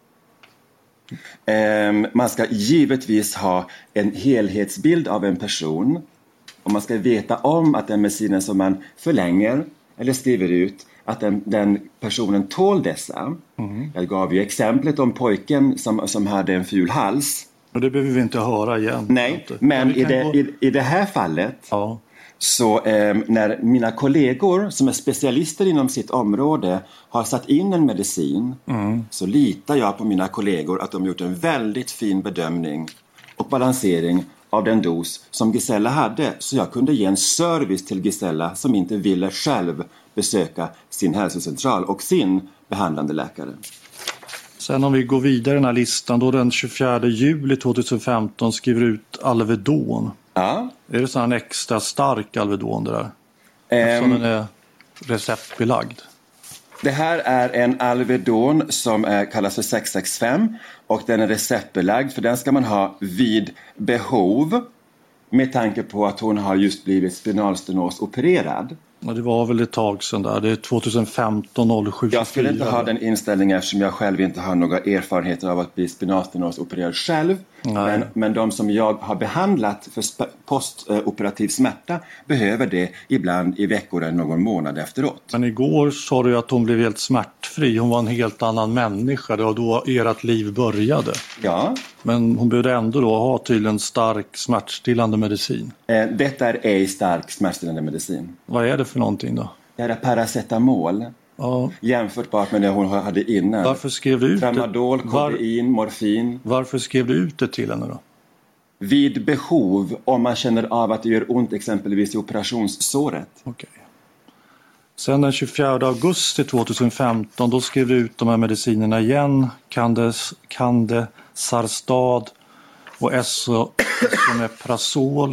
Man ska givetvis ha en helhetsbild av en person och man ska veta om att den medicinen som man förlänger eller skriver ut, att den personen tål dessa. Jag gav ju exemplet om pojken som hade en ful hals. Och det behöver vi inte höra igen. Nej, men i det här fallet så när mina kollegor som är specialister inom sitt område har satt in en medicin så litar jag på mina kollegor att de gjort en väldigt fin bedömning och balansering av den dos som Gisella hade, så jag kunde ge en service till Gisella som inte ville själv besöka sin hälsocentral och sin behandlande läkare. Sen om vi går vidare i den här listan, då den 24 juli 2015 skriver ut Alvedon. Ja. Är det sån extra stark Alvedon det där? Eftersom den är receptbelagd. Det här är en Alvedon som kallas för 665 och den är receptbelagd, för den ska man ha vid behov med tanke på att hon har just blivit spinalstenos opererad. Ja, det var väl ett tag sedan där. Det är 2015-07-24. Jag skulle inte ha den inställningen eftersom jag själv inte har några erfarenheter av att bli spinalstenos opererad själv. Men de som jag har behandlat för postoperativ smärta behöver det ibland i veckor eller någon månad efteråt. Men igår sa du att hon blev helt smärtfri. Hon var en helt annan människa. Det var då ert liv började. Ja. Men hon behövde ändå då ha tydligen stark smärtstillande medicin. Detta är ej stark smärtstillande medicin. Vad är det för någonting då? Det är paracetamol. Ja. Jämfört med det hon hade innan. Varför skrev du ut Tramadol, kodein, morfin. Varför skrev du ut det till henne då? Vid behov, om man känner av att det gör ont exempelvis i operationssåret. Okej. Sen den 24 augusti 2015 då skrev du ut de här medicinerna igen. Candesarstat och esomeprazol.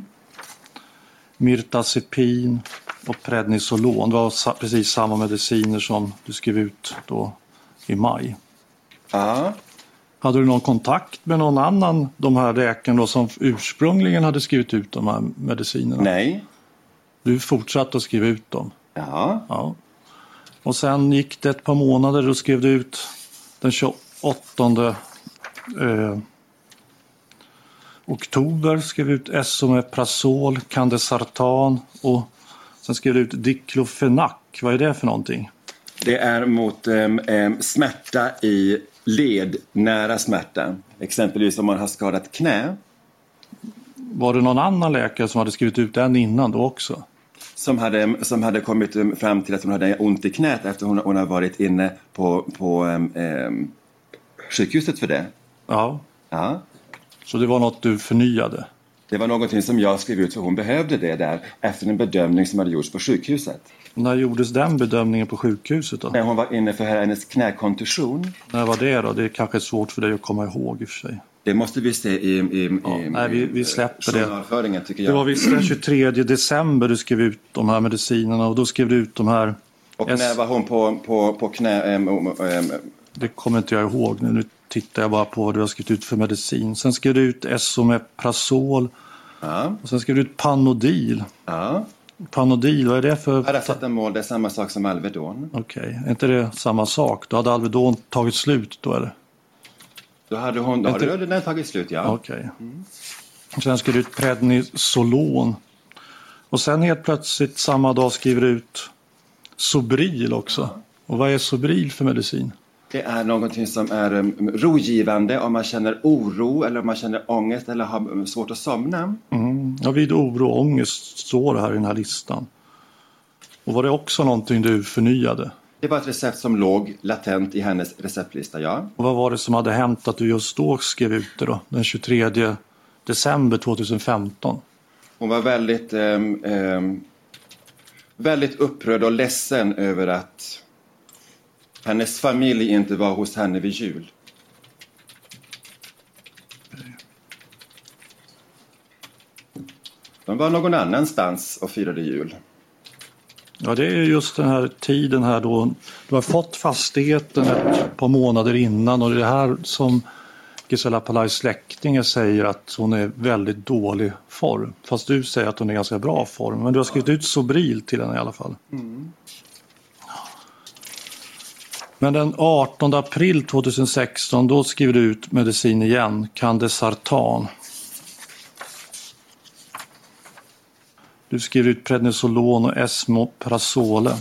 Mirtazapin och prednisolon. Det var precis samma mediciner som du skrev ut då i maj. Ja. Hade du någon kontakt med någon annan, de här läkarna som ursprungligen hade skrivit ut de här medicinerna? Nej. Du fortsatte att skriva ut dem? Ja. Och sen gick det ett par månader och skrev du ut den 28 oktober skrev ut esomeprazol, candesartan och sen skrev du ut diklofenak. Vad är det för någonting? Det är mot smärta i led, nära smärta. Exempelvis om man har skadat knä. Var det någon annan läkare som hade skrivit ut den innan då också? Som hade kommit fram till att hon hade ont i knät efter hon har varit inne på sjukhuset för det. Ja. Ja. Så det var något du förnyade? Det var någonting som jag skrev ut för hon behövde det där efter en bedömning som hade gjorts på sjukhuset. När gjordes den bedömningen på sjukhuset då? När hon var inne för hennes knäkontusion. När var det då? Det är kanske svårt för dig att komma ihåg i och för sig. Det måste vi se vi släpper det. Tycker jag. Det var visst den 23 december du skrev ut de här medicinerna och då skrev du ut de här... Och när var hon på Det kommer inte jag ihåg nu. Nu tittar jag bara på vad du har skrivit ut för medicin. Sen skrev du ut Esomeprazol. Ja. Och sen skrev du ut Panodil. Ja. Panodil, vad är det för? Paracetamol, det är samma sak som Alvedon. Okej, är inte det samma sak? Då hade Alvedon tagit slut då, eller? Då hade den tagit slut, ja. Okej. Sen skrev du ut Prednisolon. Och sen helt plötsligt samma dag skriver du ut Sobril också. Och vad är Sobril för medicin? Det är någonting som är rogivande om man känner oro eller om man känner ångest eller har svårt att somna. Ja, vid oro och ångest står det här i den här listan. Och var det också någonting du förnyade? Det var ett recept som låg latent i hennes receptlista, ja. Och vad var det som hade hänt att du just då skrev ut det då? Den 23 december 2015. Hon var väldigt upprörd och ledsen över att hennes familj inte var hos henne vid jul. De var någon annanstans och firade jul. Ja, det är just den här tiden här då du har fått fastigheten ett par månader innan, och det här som Gisela Palais släktingar säger att hon är väldigt dålig form. Fast du säger att hon är ganska bra form. Men du har skrivit ut Sobril till henne i alla fall. Men den 18 april 2016 då skriver du ut medicin igen, Candesartan. Du skriver ut Prednisolon och Esomeprazole.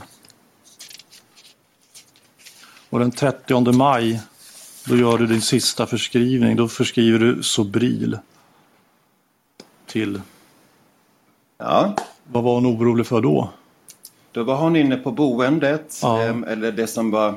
Och den 30 maj då gör du din sista förskrivning. Då förskriver du Sobril till... Ja. Vad var hon orolig för då? Då var hon inne på boendet. Ja. Eller det som var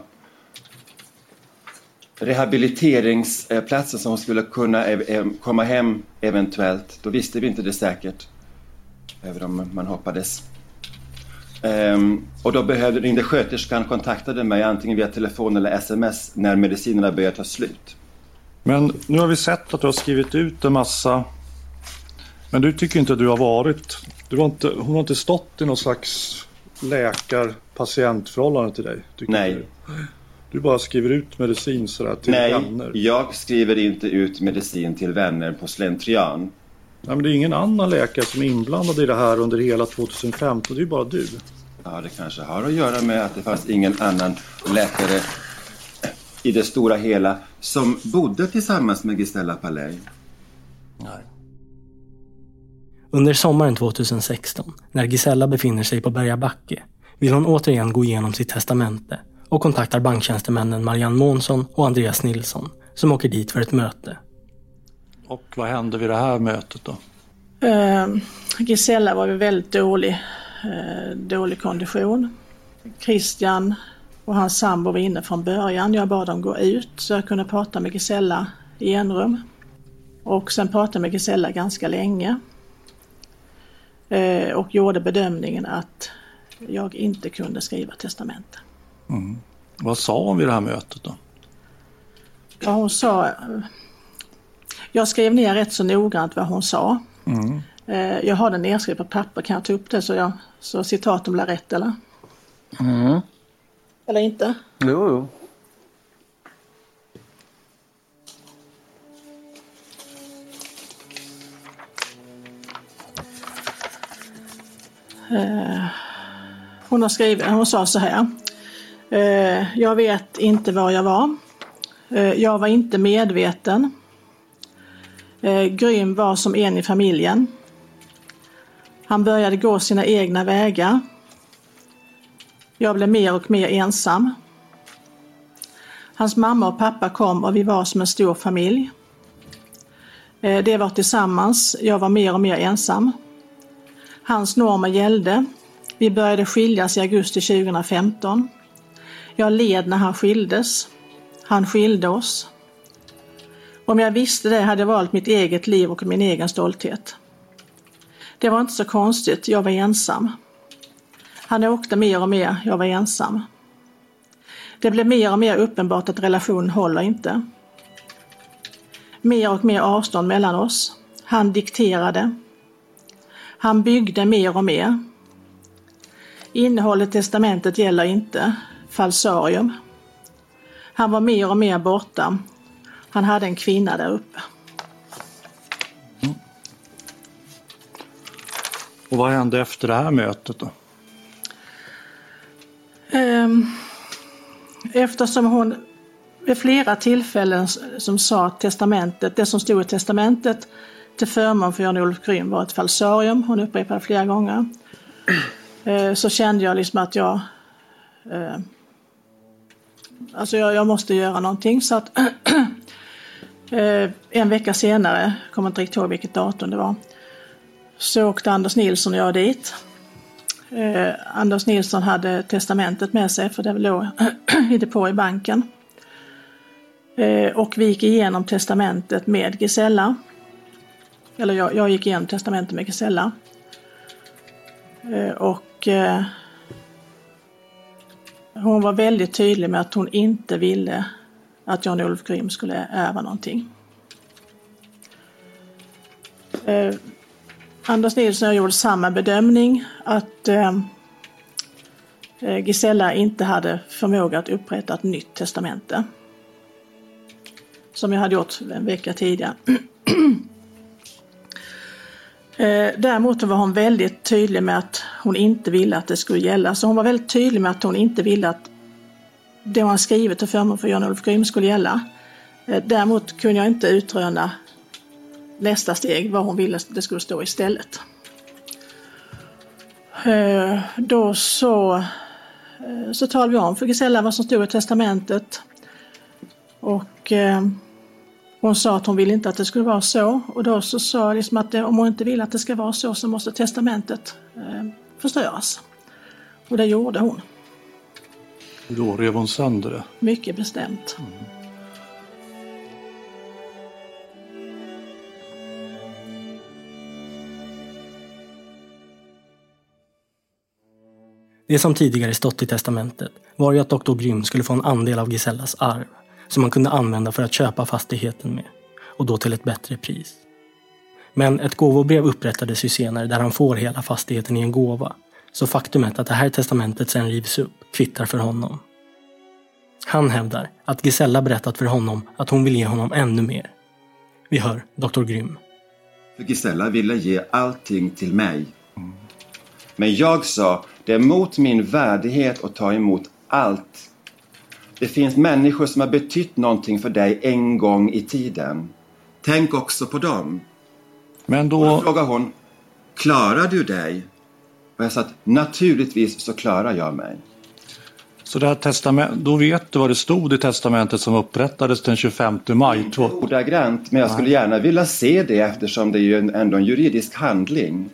rehabiliteringsplatsen som hon skulle kunna komma hem eventuellt. Då visste vi inte det säkert. Även om man hoppades. Och då ringde sköterskan, kontaktade mig antingen via telefon eller sms när medicinerna började ta slut. Men nu har vi sett att du har skrivit ut en massa. Men du tycker inte att du har varit... hon har inte stått i någon slags läkar-patientförhållande till dig? Nej. Du bara skriver ut medicin sådär till vänner? Nej, jag skriver inte ut medicin till vänner på slentrian. Ja, men det är ingen annan läkare som är inblandad i det här under hela 2015. Det är ju bara du. Ja, det kanske har att göra med att det fanns ingen annan läkare i det stora hela som bodde tillsammans med Gisela Palais. Nej. Under sommaren 2016, när Gisela befinner sig på Berga Backe, vill hon återigen gå igenom sitt testamente och kontaktar banktjänstemännen Marianne Månsson och Andreas Nilsson som åker dit för ett möte. Och vad hände vid det här mötet då? Gisela var ju väldigt dålig kondition. Christian och hans sambo var inne från början. Jag bad dem gå ut så jag kunde prata med Gisela i en rum. Och sen pratade med Gisela ganska länge. Och gjorde bedömningen att jag inte kunde skriva testamente. Vad sa hon vid det här mötet då? Ja, hon sa... Jag skrev ner rätt så noggrant vad hon sa. Jag har den nedskrivet på papper. Kan jag ta upp det så citaten blir rätt, eller? Eller inte? Jo. Hon sa så här. Jag vet inte var jag var. Jag var inte medveten. Grym var som en i familjen. Han började gå sina egna vägar. Jag blev mer och mer ensam. Hans mamma och pappa kom och vi var som en stor familj. Det var tillsammans. Jag var mer och mer ensam. Hans normer gällde. Vi började skiljas i augusti 2015. Jag led när han skildes. Han skilde oss. Om jag visste det hade jag valt mitt eget liv och min egen stolthet. Det var inte så konstigt, jag var ensam. Han åkte mer och mer, jag var ensam. Det blev mer och mer uppenbart att relationen håller inte. Mer och mer avstånd mellan oss. Han dikterade. Han byggde mer och mer. Innehållet i testamentet gäller inte. Falsarium. Han var mer och mer borta. Han hade en kvinna där uppe. Och vad hände efter det här mötet då? Eftersom hon vid flera tillfällen som sa att testamentet, det som stod i testamentet till förmån för Jan-Olof Grym var ett falsarium, hon upprepade flera gånger, så kände jag liksom att jag måste göra någonting. Så att en vecka senare, kommer inte riktigt ihåg vilket datum det var, så åkte Anders Nilsson och jag dit. Anders Nilsson hade testamentet med sig, för det låg inte på i banken. Och vi gick igenom testamentet med Gisella. Eller jag gick igenom testamentet med Gisella. Och hon var väldigt tydlig med att hon inte ville att Jan-Olof Grym skulle ärva någonting. Anders Nilsson och jag gjorde samma bedömning, att Gisella inte hade förmåga att upprätta ett nytt testamente, som jag hade gjort en vecka tidigare. Däremot var hon väldigt tydlig med att hon inte ville att det skulle gälla. Så hon var väldigt tydlig med att hon inte ville att det hon skrivit till förmån för Jan-Olof Grym skulle gälla. Däremot kunde jag inte utröna nästa steg, vad hon ville att det skulle stå istället. Då så talade vi om för Gisella vad som stod i testamentet. Och hon sa att hon ville inte att det skulle vara så. Och då så sa jag liksom att om hon inte vill att det ska vara så måste testamentet förstöras. Och det gjorde hon. Då rev hon sönder det? Mycket bestämt. Det som tidigare stått i testamentet var ju att Dr. Grym skulle få en andel av Gisellas arv som man kunde använda för att köpa fastigheten med, och då till ett bättre pris. Men ett gåvobrev upprättades ju senare där han får hela fastigheten i en gåva, så faktumet att det här testamentet sen rivs upp kvittar för honom. Han hävdar att Gisella berättat för honom att hon vill ge honom ännu mer. Vi hör Dr. Grym. För Gisella ville ge allting till mig. Men jag sa, det är mot min värdighet att ta emot allt. Det finns människor som har betytt någonting för dig en gång i tiden. Tänk också på dem. Men då... Och då frågar hon, klarar du dig? Och jag sa att naturligtvis så klarar jag mig. Så det här då vet du vad det stod i testamentet som upprättades den 25 maj? Ordagrant, men jag skulle gärna vilja se det eftersom det är ju ändå en juridisk handling.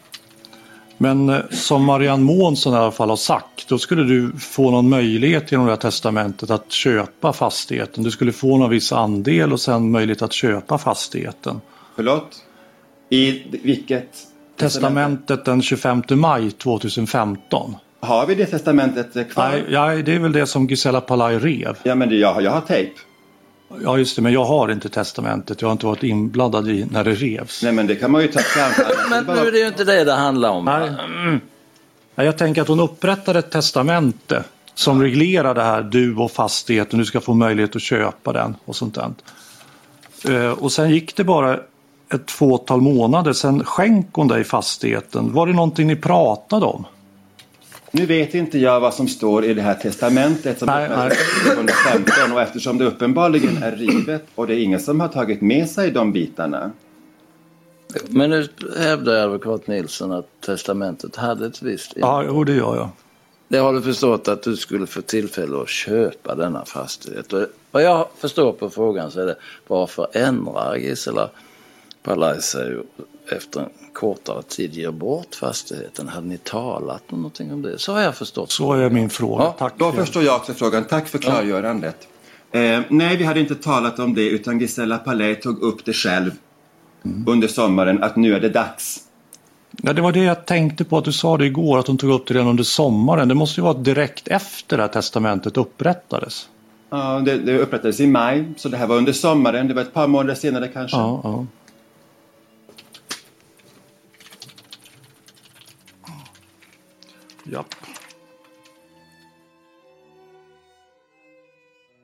Men som Marianne Månsson i alla fall har sagt, då skulle du få någon möjlighet genom det här testamentet att köpa fastigheten. Du skulle få någon viss andel och sen möjlighet att köpa fastigheten. Förlåt? I vilket? Testamentet den 25 maj 2015. Har vi det testamentet kvar? Nej, det är väl det som Gisella Palaj rev. Ja, men jag har tejp. Ja, just det, men jag har inte testamentet. Jag har inte varit inblandad i när det revs. Nej, men det kan man ju ta fram. Men nu är det ju inte det handlar om. Nej. Jag tänker att hon upprättade ett testamente som reglerar det här, du och fastigheten. Du ska få möjlighet att köpa den och sånt där. Och sen gick det bara ett fåtal månader. Sen skänk hon dig fastigheten. Var det någonting ni pratade om? Nu vet inte jag vad som står i det här testamentet som öppnades 2015, och eftersom det uppenbarligen är rivet och det är ingen som har tagit med sig de bitarna. Men nu hävdar advokat Nilsson att testamentet hade ett visst innehåll. Ja, det gör jag. Det har du förstått att du skulle få tillfälle att köpa denna fastighet. Och vad jag förstår på frågan så är det, varför ändrar Gisella Palaj sig efter en kortare tid ger bort fastigheten? Hade ni talat om någonting om det? Så har jag förstått. Så är min fråga. Ja, tack. Då förstår jag också frågan. Tack för klargörandet. Nej, vi hade inte talat om det, utan Gisella Palaj tog upp det själv under sommaren att nu är det dags. Ja, det var det jag tänkte på att du sa det igår, att hon tog upp det redan under sommaren. Det måste ju vara direkt efter det här testamentet upprättades. Ja, det upprättades i maj, så det här var under sommaren. Det var ett par månader senare kanske. Ja.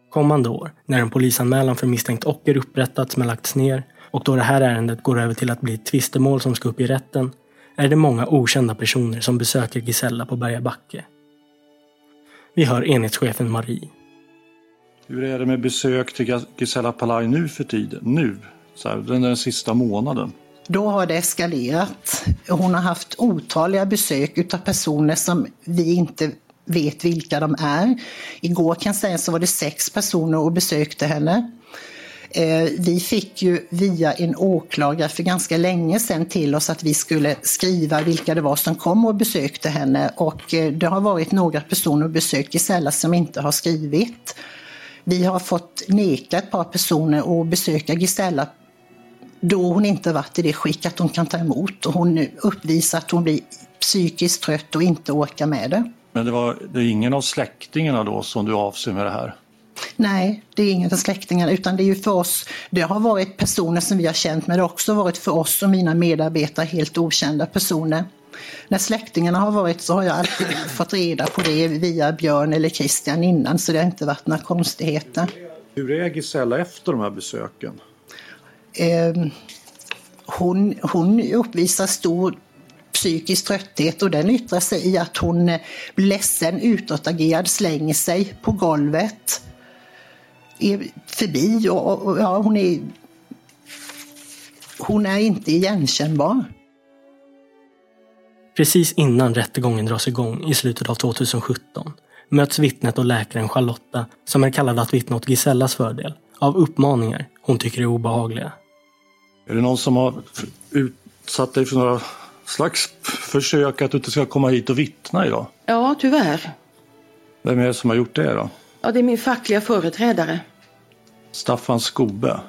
Kommande år, när en polisanmälan för misstänkt ocker upprättats men lagts ner och då det här ärendet går över till att bli ett tvistemål som ska upp i rätten, är det många okända personer som besöker Gisella på Berga Backe. Vi hör enhetschefen Marie. Hur är det med besök till Gisella Palaj nu för tiden? Nu, så här, den sista månaden. Då har det eskalerat. Hon har haft otaliga besök utav personer som vi inte vet vilka de är. Igår kan jag säga så var det 6 personer och besökte henne. Vi fick ju via en åklagare för ganska länge sedan till oss att vi skulle skriva vilka det var som kom och besökte henne. Och det har varit några personer besökt Gisella som inte har skrivit. Vi har fått neka ett par personer att besöka Gisella då hon inte varit i det skick att hon kan ta emot. Och hon uppvisar att hon blir psykiskt trött och inte orkar med det. Men det är ingen av släktingarna då som du avser med det här? Nej, det är ingen av släktingarna utan det är ju för oss. Det har varit personer som vi har känt men det har också varit för oss och mina medarbetare helt okända personer. När släktingarna har varit så har jag alltid fått reda på det via Björn eller Christian innan så det har inte varit några konstigheter. Hur är Gisella efter de här besöken? Hon uppvisar stor psykisk trötthet och den yttrar sig i att hon blir ledsen, utåtagerad, slänger sig på golvet, är förbi och ja, hon är inte igenkännbar. Precis innan rättegången dras igång i slutet av 2017 möts vittnet och läkaren Charlotta, som är kallad att vittna åt Gisellas fördel, av uppmaningar hon tycker är obehagliga. Är det någon som har utsatt dig för några slags försök att du inte ska komma hit och vittna idag? Ja, tyvärr. Vem är det som har gjort det då? Ja, det är min fackliga företrädare. Staffan Skobe.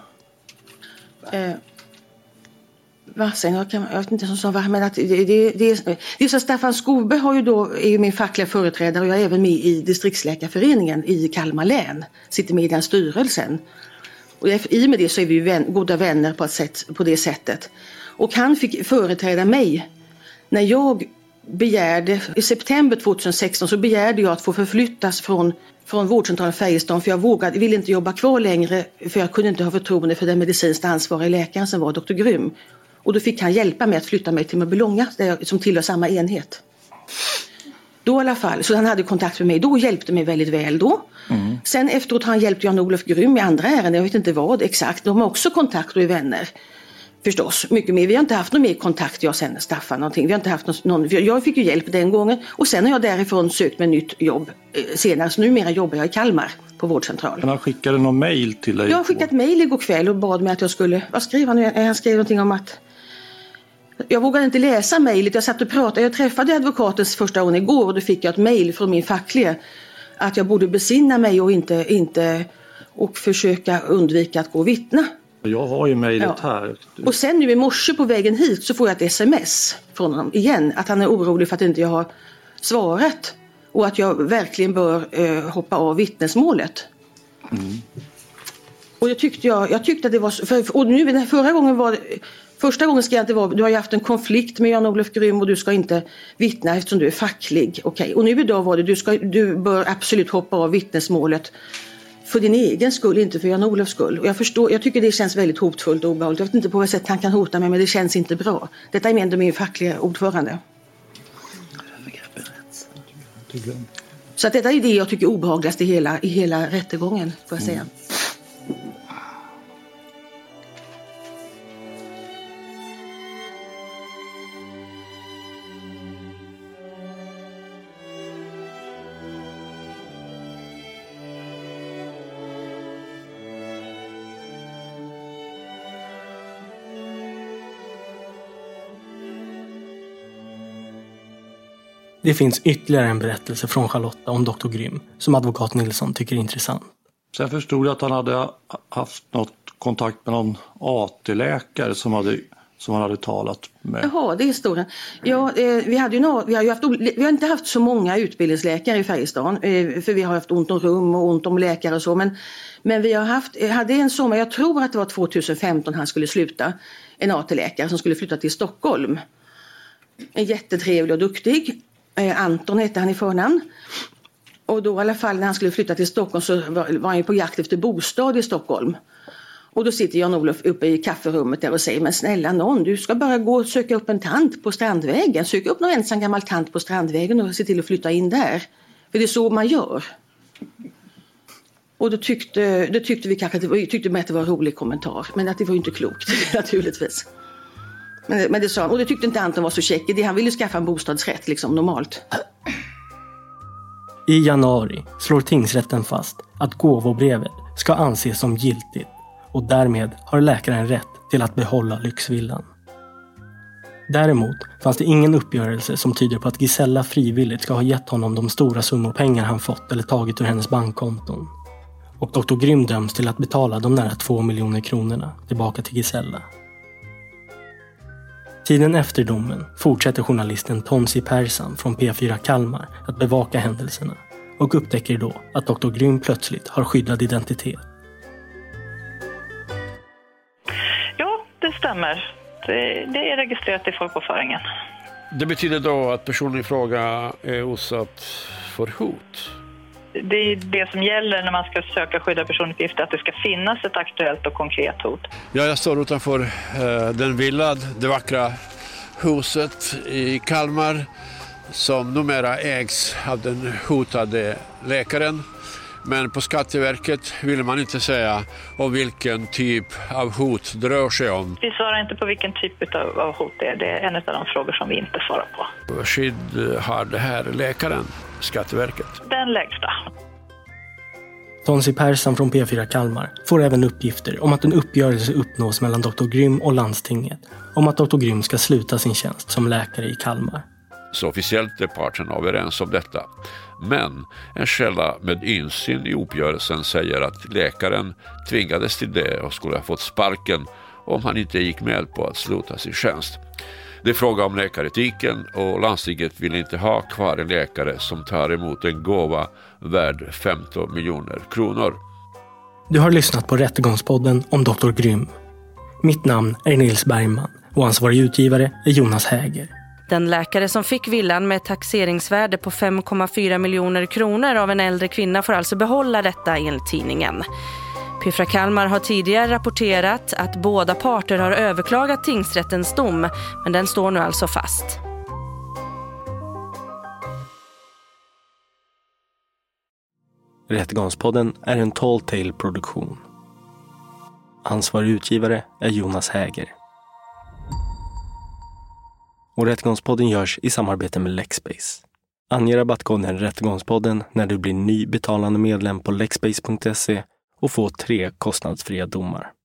Jag vet inte som var, men att det är så Staffan Skobe är ju min fackliga företrädare och jag är även med i distriktsläkarföreningen i Kalmar län. Sitter med i den styrelsen. Och i och med det så är vi ju goda vänner på det sättet. Och han fick företräda mig när jag begärde, i september 2016 så begärde jag att få förflyttas från vårdcentralen Färjestad för jag ville inte jobba kvar längre för jag kunde inte ha förtroende för den medicinskt ansvariga läkaren som var Dr. Grym. Och då fick han hjälpa mig att flytta mig till Mörbylånga som tillhör samma enhet. Då i alla fall, så han hade kontakt med mig då och hjälpte mig väldigt väl då. Mm. Sen efteråt har han hjälpt Jan-Olof Grym i andra ärenden, jag vet inte vad exakt. De har också kontakt och är vänner. Förstås, mycket mer. Vi har inte haft någon mer kontakt, jag sen Staffan någonting. Vi har inte haft någon, jag fick ju hjälp den gången. Och sen har jag därifrån sökt med nytt jobb senare. Så numera jobbar jag i Kalmar på vårdcentral. Men han skickade någon mejl till dig? Jag har skickat mejl igår kväll och bad mig att jag skulle, vad skrev han nu? Han skrev någonting om att jag vågade inte läsa mejlet. Jag satt och pratade. Jag träffade advokatens första gången igår och då fick jag ett mejl från min fackliga att jag borde besinna mig och inte och försöka undvika att gå och vittna. Jag har ju mejlet här. Och sen nu i morse på vägen hit så får jag ett sms från honom igen. Att han är orolig för att inte jag har svarat. Och att jag verkligen bör hoppa av vittnesmålet. Mm. Och jag tyckte att det var... Och nu den här första gången ska jag inte vara... Du har ju haft en konflikt med Jan-Olof Grym och du ska inte vittna eftersom du är facklig. Okej. Och nu idag var det du bör absolut hoppa av vittnesmålet. För din egen skull, inte för Jan-Olofs skull. Och jag tycker det känns väldigt hotfullt och obehagligt. Jag vet inte på vad sätt han kan hota mig, men det känns inte bra. Detta är ändå min fackliga ordförande. Så att detta är det jag tycker är obehagligast i hela rättegången, får jag säga. Det finns ytterligare en berättelse från Charlotta om Dr. Grym som advokat Nilsson tycker är intressant. Sen förstod jag att han hade haft något kontakt med någon AT-läkare som han hade talat med. Jaha, det är historien. Ja, vi har inte haft så många utbildningsläkare i Färjestad för vi har haft ont om rum och ont om läkare och så. Men vi hade en sommar, jag tror att det var 2015 han skulle sluta, en AT-läkare som skulle flytta till Stockholm. En jättetrevlig och duktig. Anton hette han i förnamn. Och då i alla fall när han skulle flytta till Stockholm så var han ju på jakt efter bostad i Stockholm. Och då sitter Jan-Olof uppe i kafferummet där och säger, men snälla någon, du ska bara gå och söka upp en tant på Strandvägen. Söka upp någon ensam gammal tant på Strandvägen och se till att flytta in där. För det är så man gör. Och då tyckte vi kanske att det var en rolig kommentar. Men att det var ju inte klokt naturligtvis. Men det sa han. Och det tyckte inte Anton var så käck. Han ville skaffa en bostadsrätt liksom normalt. I januari slår tingsrätten fast att gåvobrevet ska anses som giltigt och därmed har läkaren rätt till att behålla lyxvillan. Däremot fanns det ingen uppgörelse som tyder på att Gisella frivilligt ska ha gett honom de stora summor pengar han fått eller tagit ur hennes bankkonton. Och Dr. Grym döms till att betala de nära 2 miljoner kronorna tillbaka till Gisella. Tiden efter domen fortsätter journalisten Tonsi Persson från P4 Kalmar att bevaka händelserna och upptäcker då att Dr. Grym plötsligt har skyddad identitet. Ja, det stämmer. Det är registrerat i folkbokföringen. Det betyder då att personen i fråga är utsatt för hot? Det är det som gäller när man ska söka skydda personuppgifter, att det ska finnas ett aktuellt och konkret hot. Ja, jag står utanför den villa, det vackra huset i Kalmar som numera ägs av den hotade läkaren. Men på Skatteverket vill man inte säga om vilken typ av hot det rör sig om. Vi svarar inte på vilken typ av hot det är. Det är en av de frågor som vi inte svarar på. Vad skydd har det här läkaren, Skatteverket? Den lägsta. Tonsi Persson från P4 Kalmar får även uppgifter om att en uppgörelse uppnås mellan Dr. Grym och landstinget om att Dr. Grym ska sluta sin tjänst som läkare i Kalmar. Så officiellt är parterna överens om detta. Men en källa med insyn i uppgörelsen säger att läkaren tvingades till det och skulle ha fått sparken om han inte gick med på att sluta sin tjänst. Det är fråga om läkaretiken och landstinget vill inte ha kvar en läkare som tar emot en gåva värd 15 miljoner kronor. Du har lyssnat på Rättegångspodden om Dr. Grym. Mitt namn är Nils Bergman och ansvarig utgivare är Jonas Häger. Den läkare som fick villan med ett taxeringsvärde på 5,4 miljoner kronor av en äldre kvinna får alltså behålla detta enligt tidningen. P4 Kalmar har tidigare rapporterat att båda parter har överklagat tingsrättens dom, men den står nu alltså fast. Rättegångspodden är en Tall Tale-produktion. Ansvarig utgivare är Jonas Häger. Och Rättegångspodden görs i samarbete med Lexbase. Ange rabattkoden Rättegångspodden när du blir ny betalande medlem på lexbase.se och få 3 kostnadsfria domar.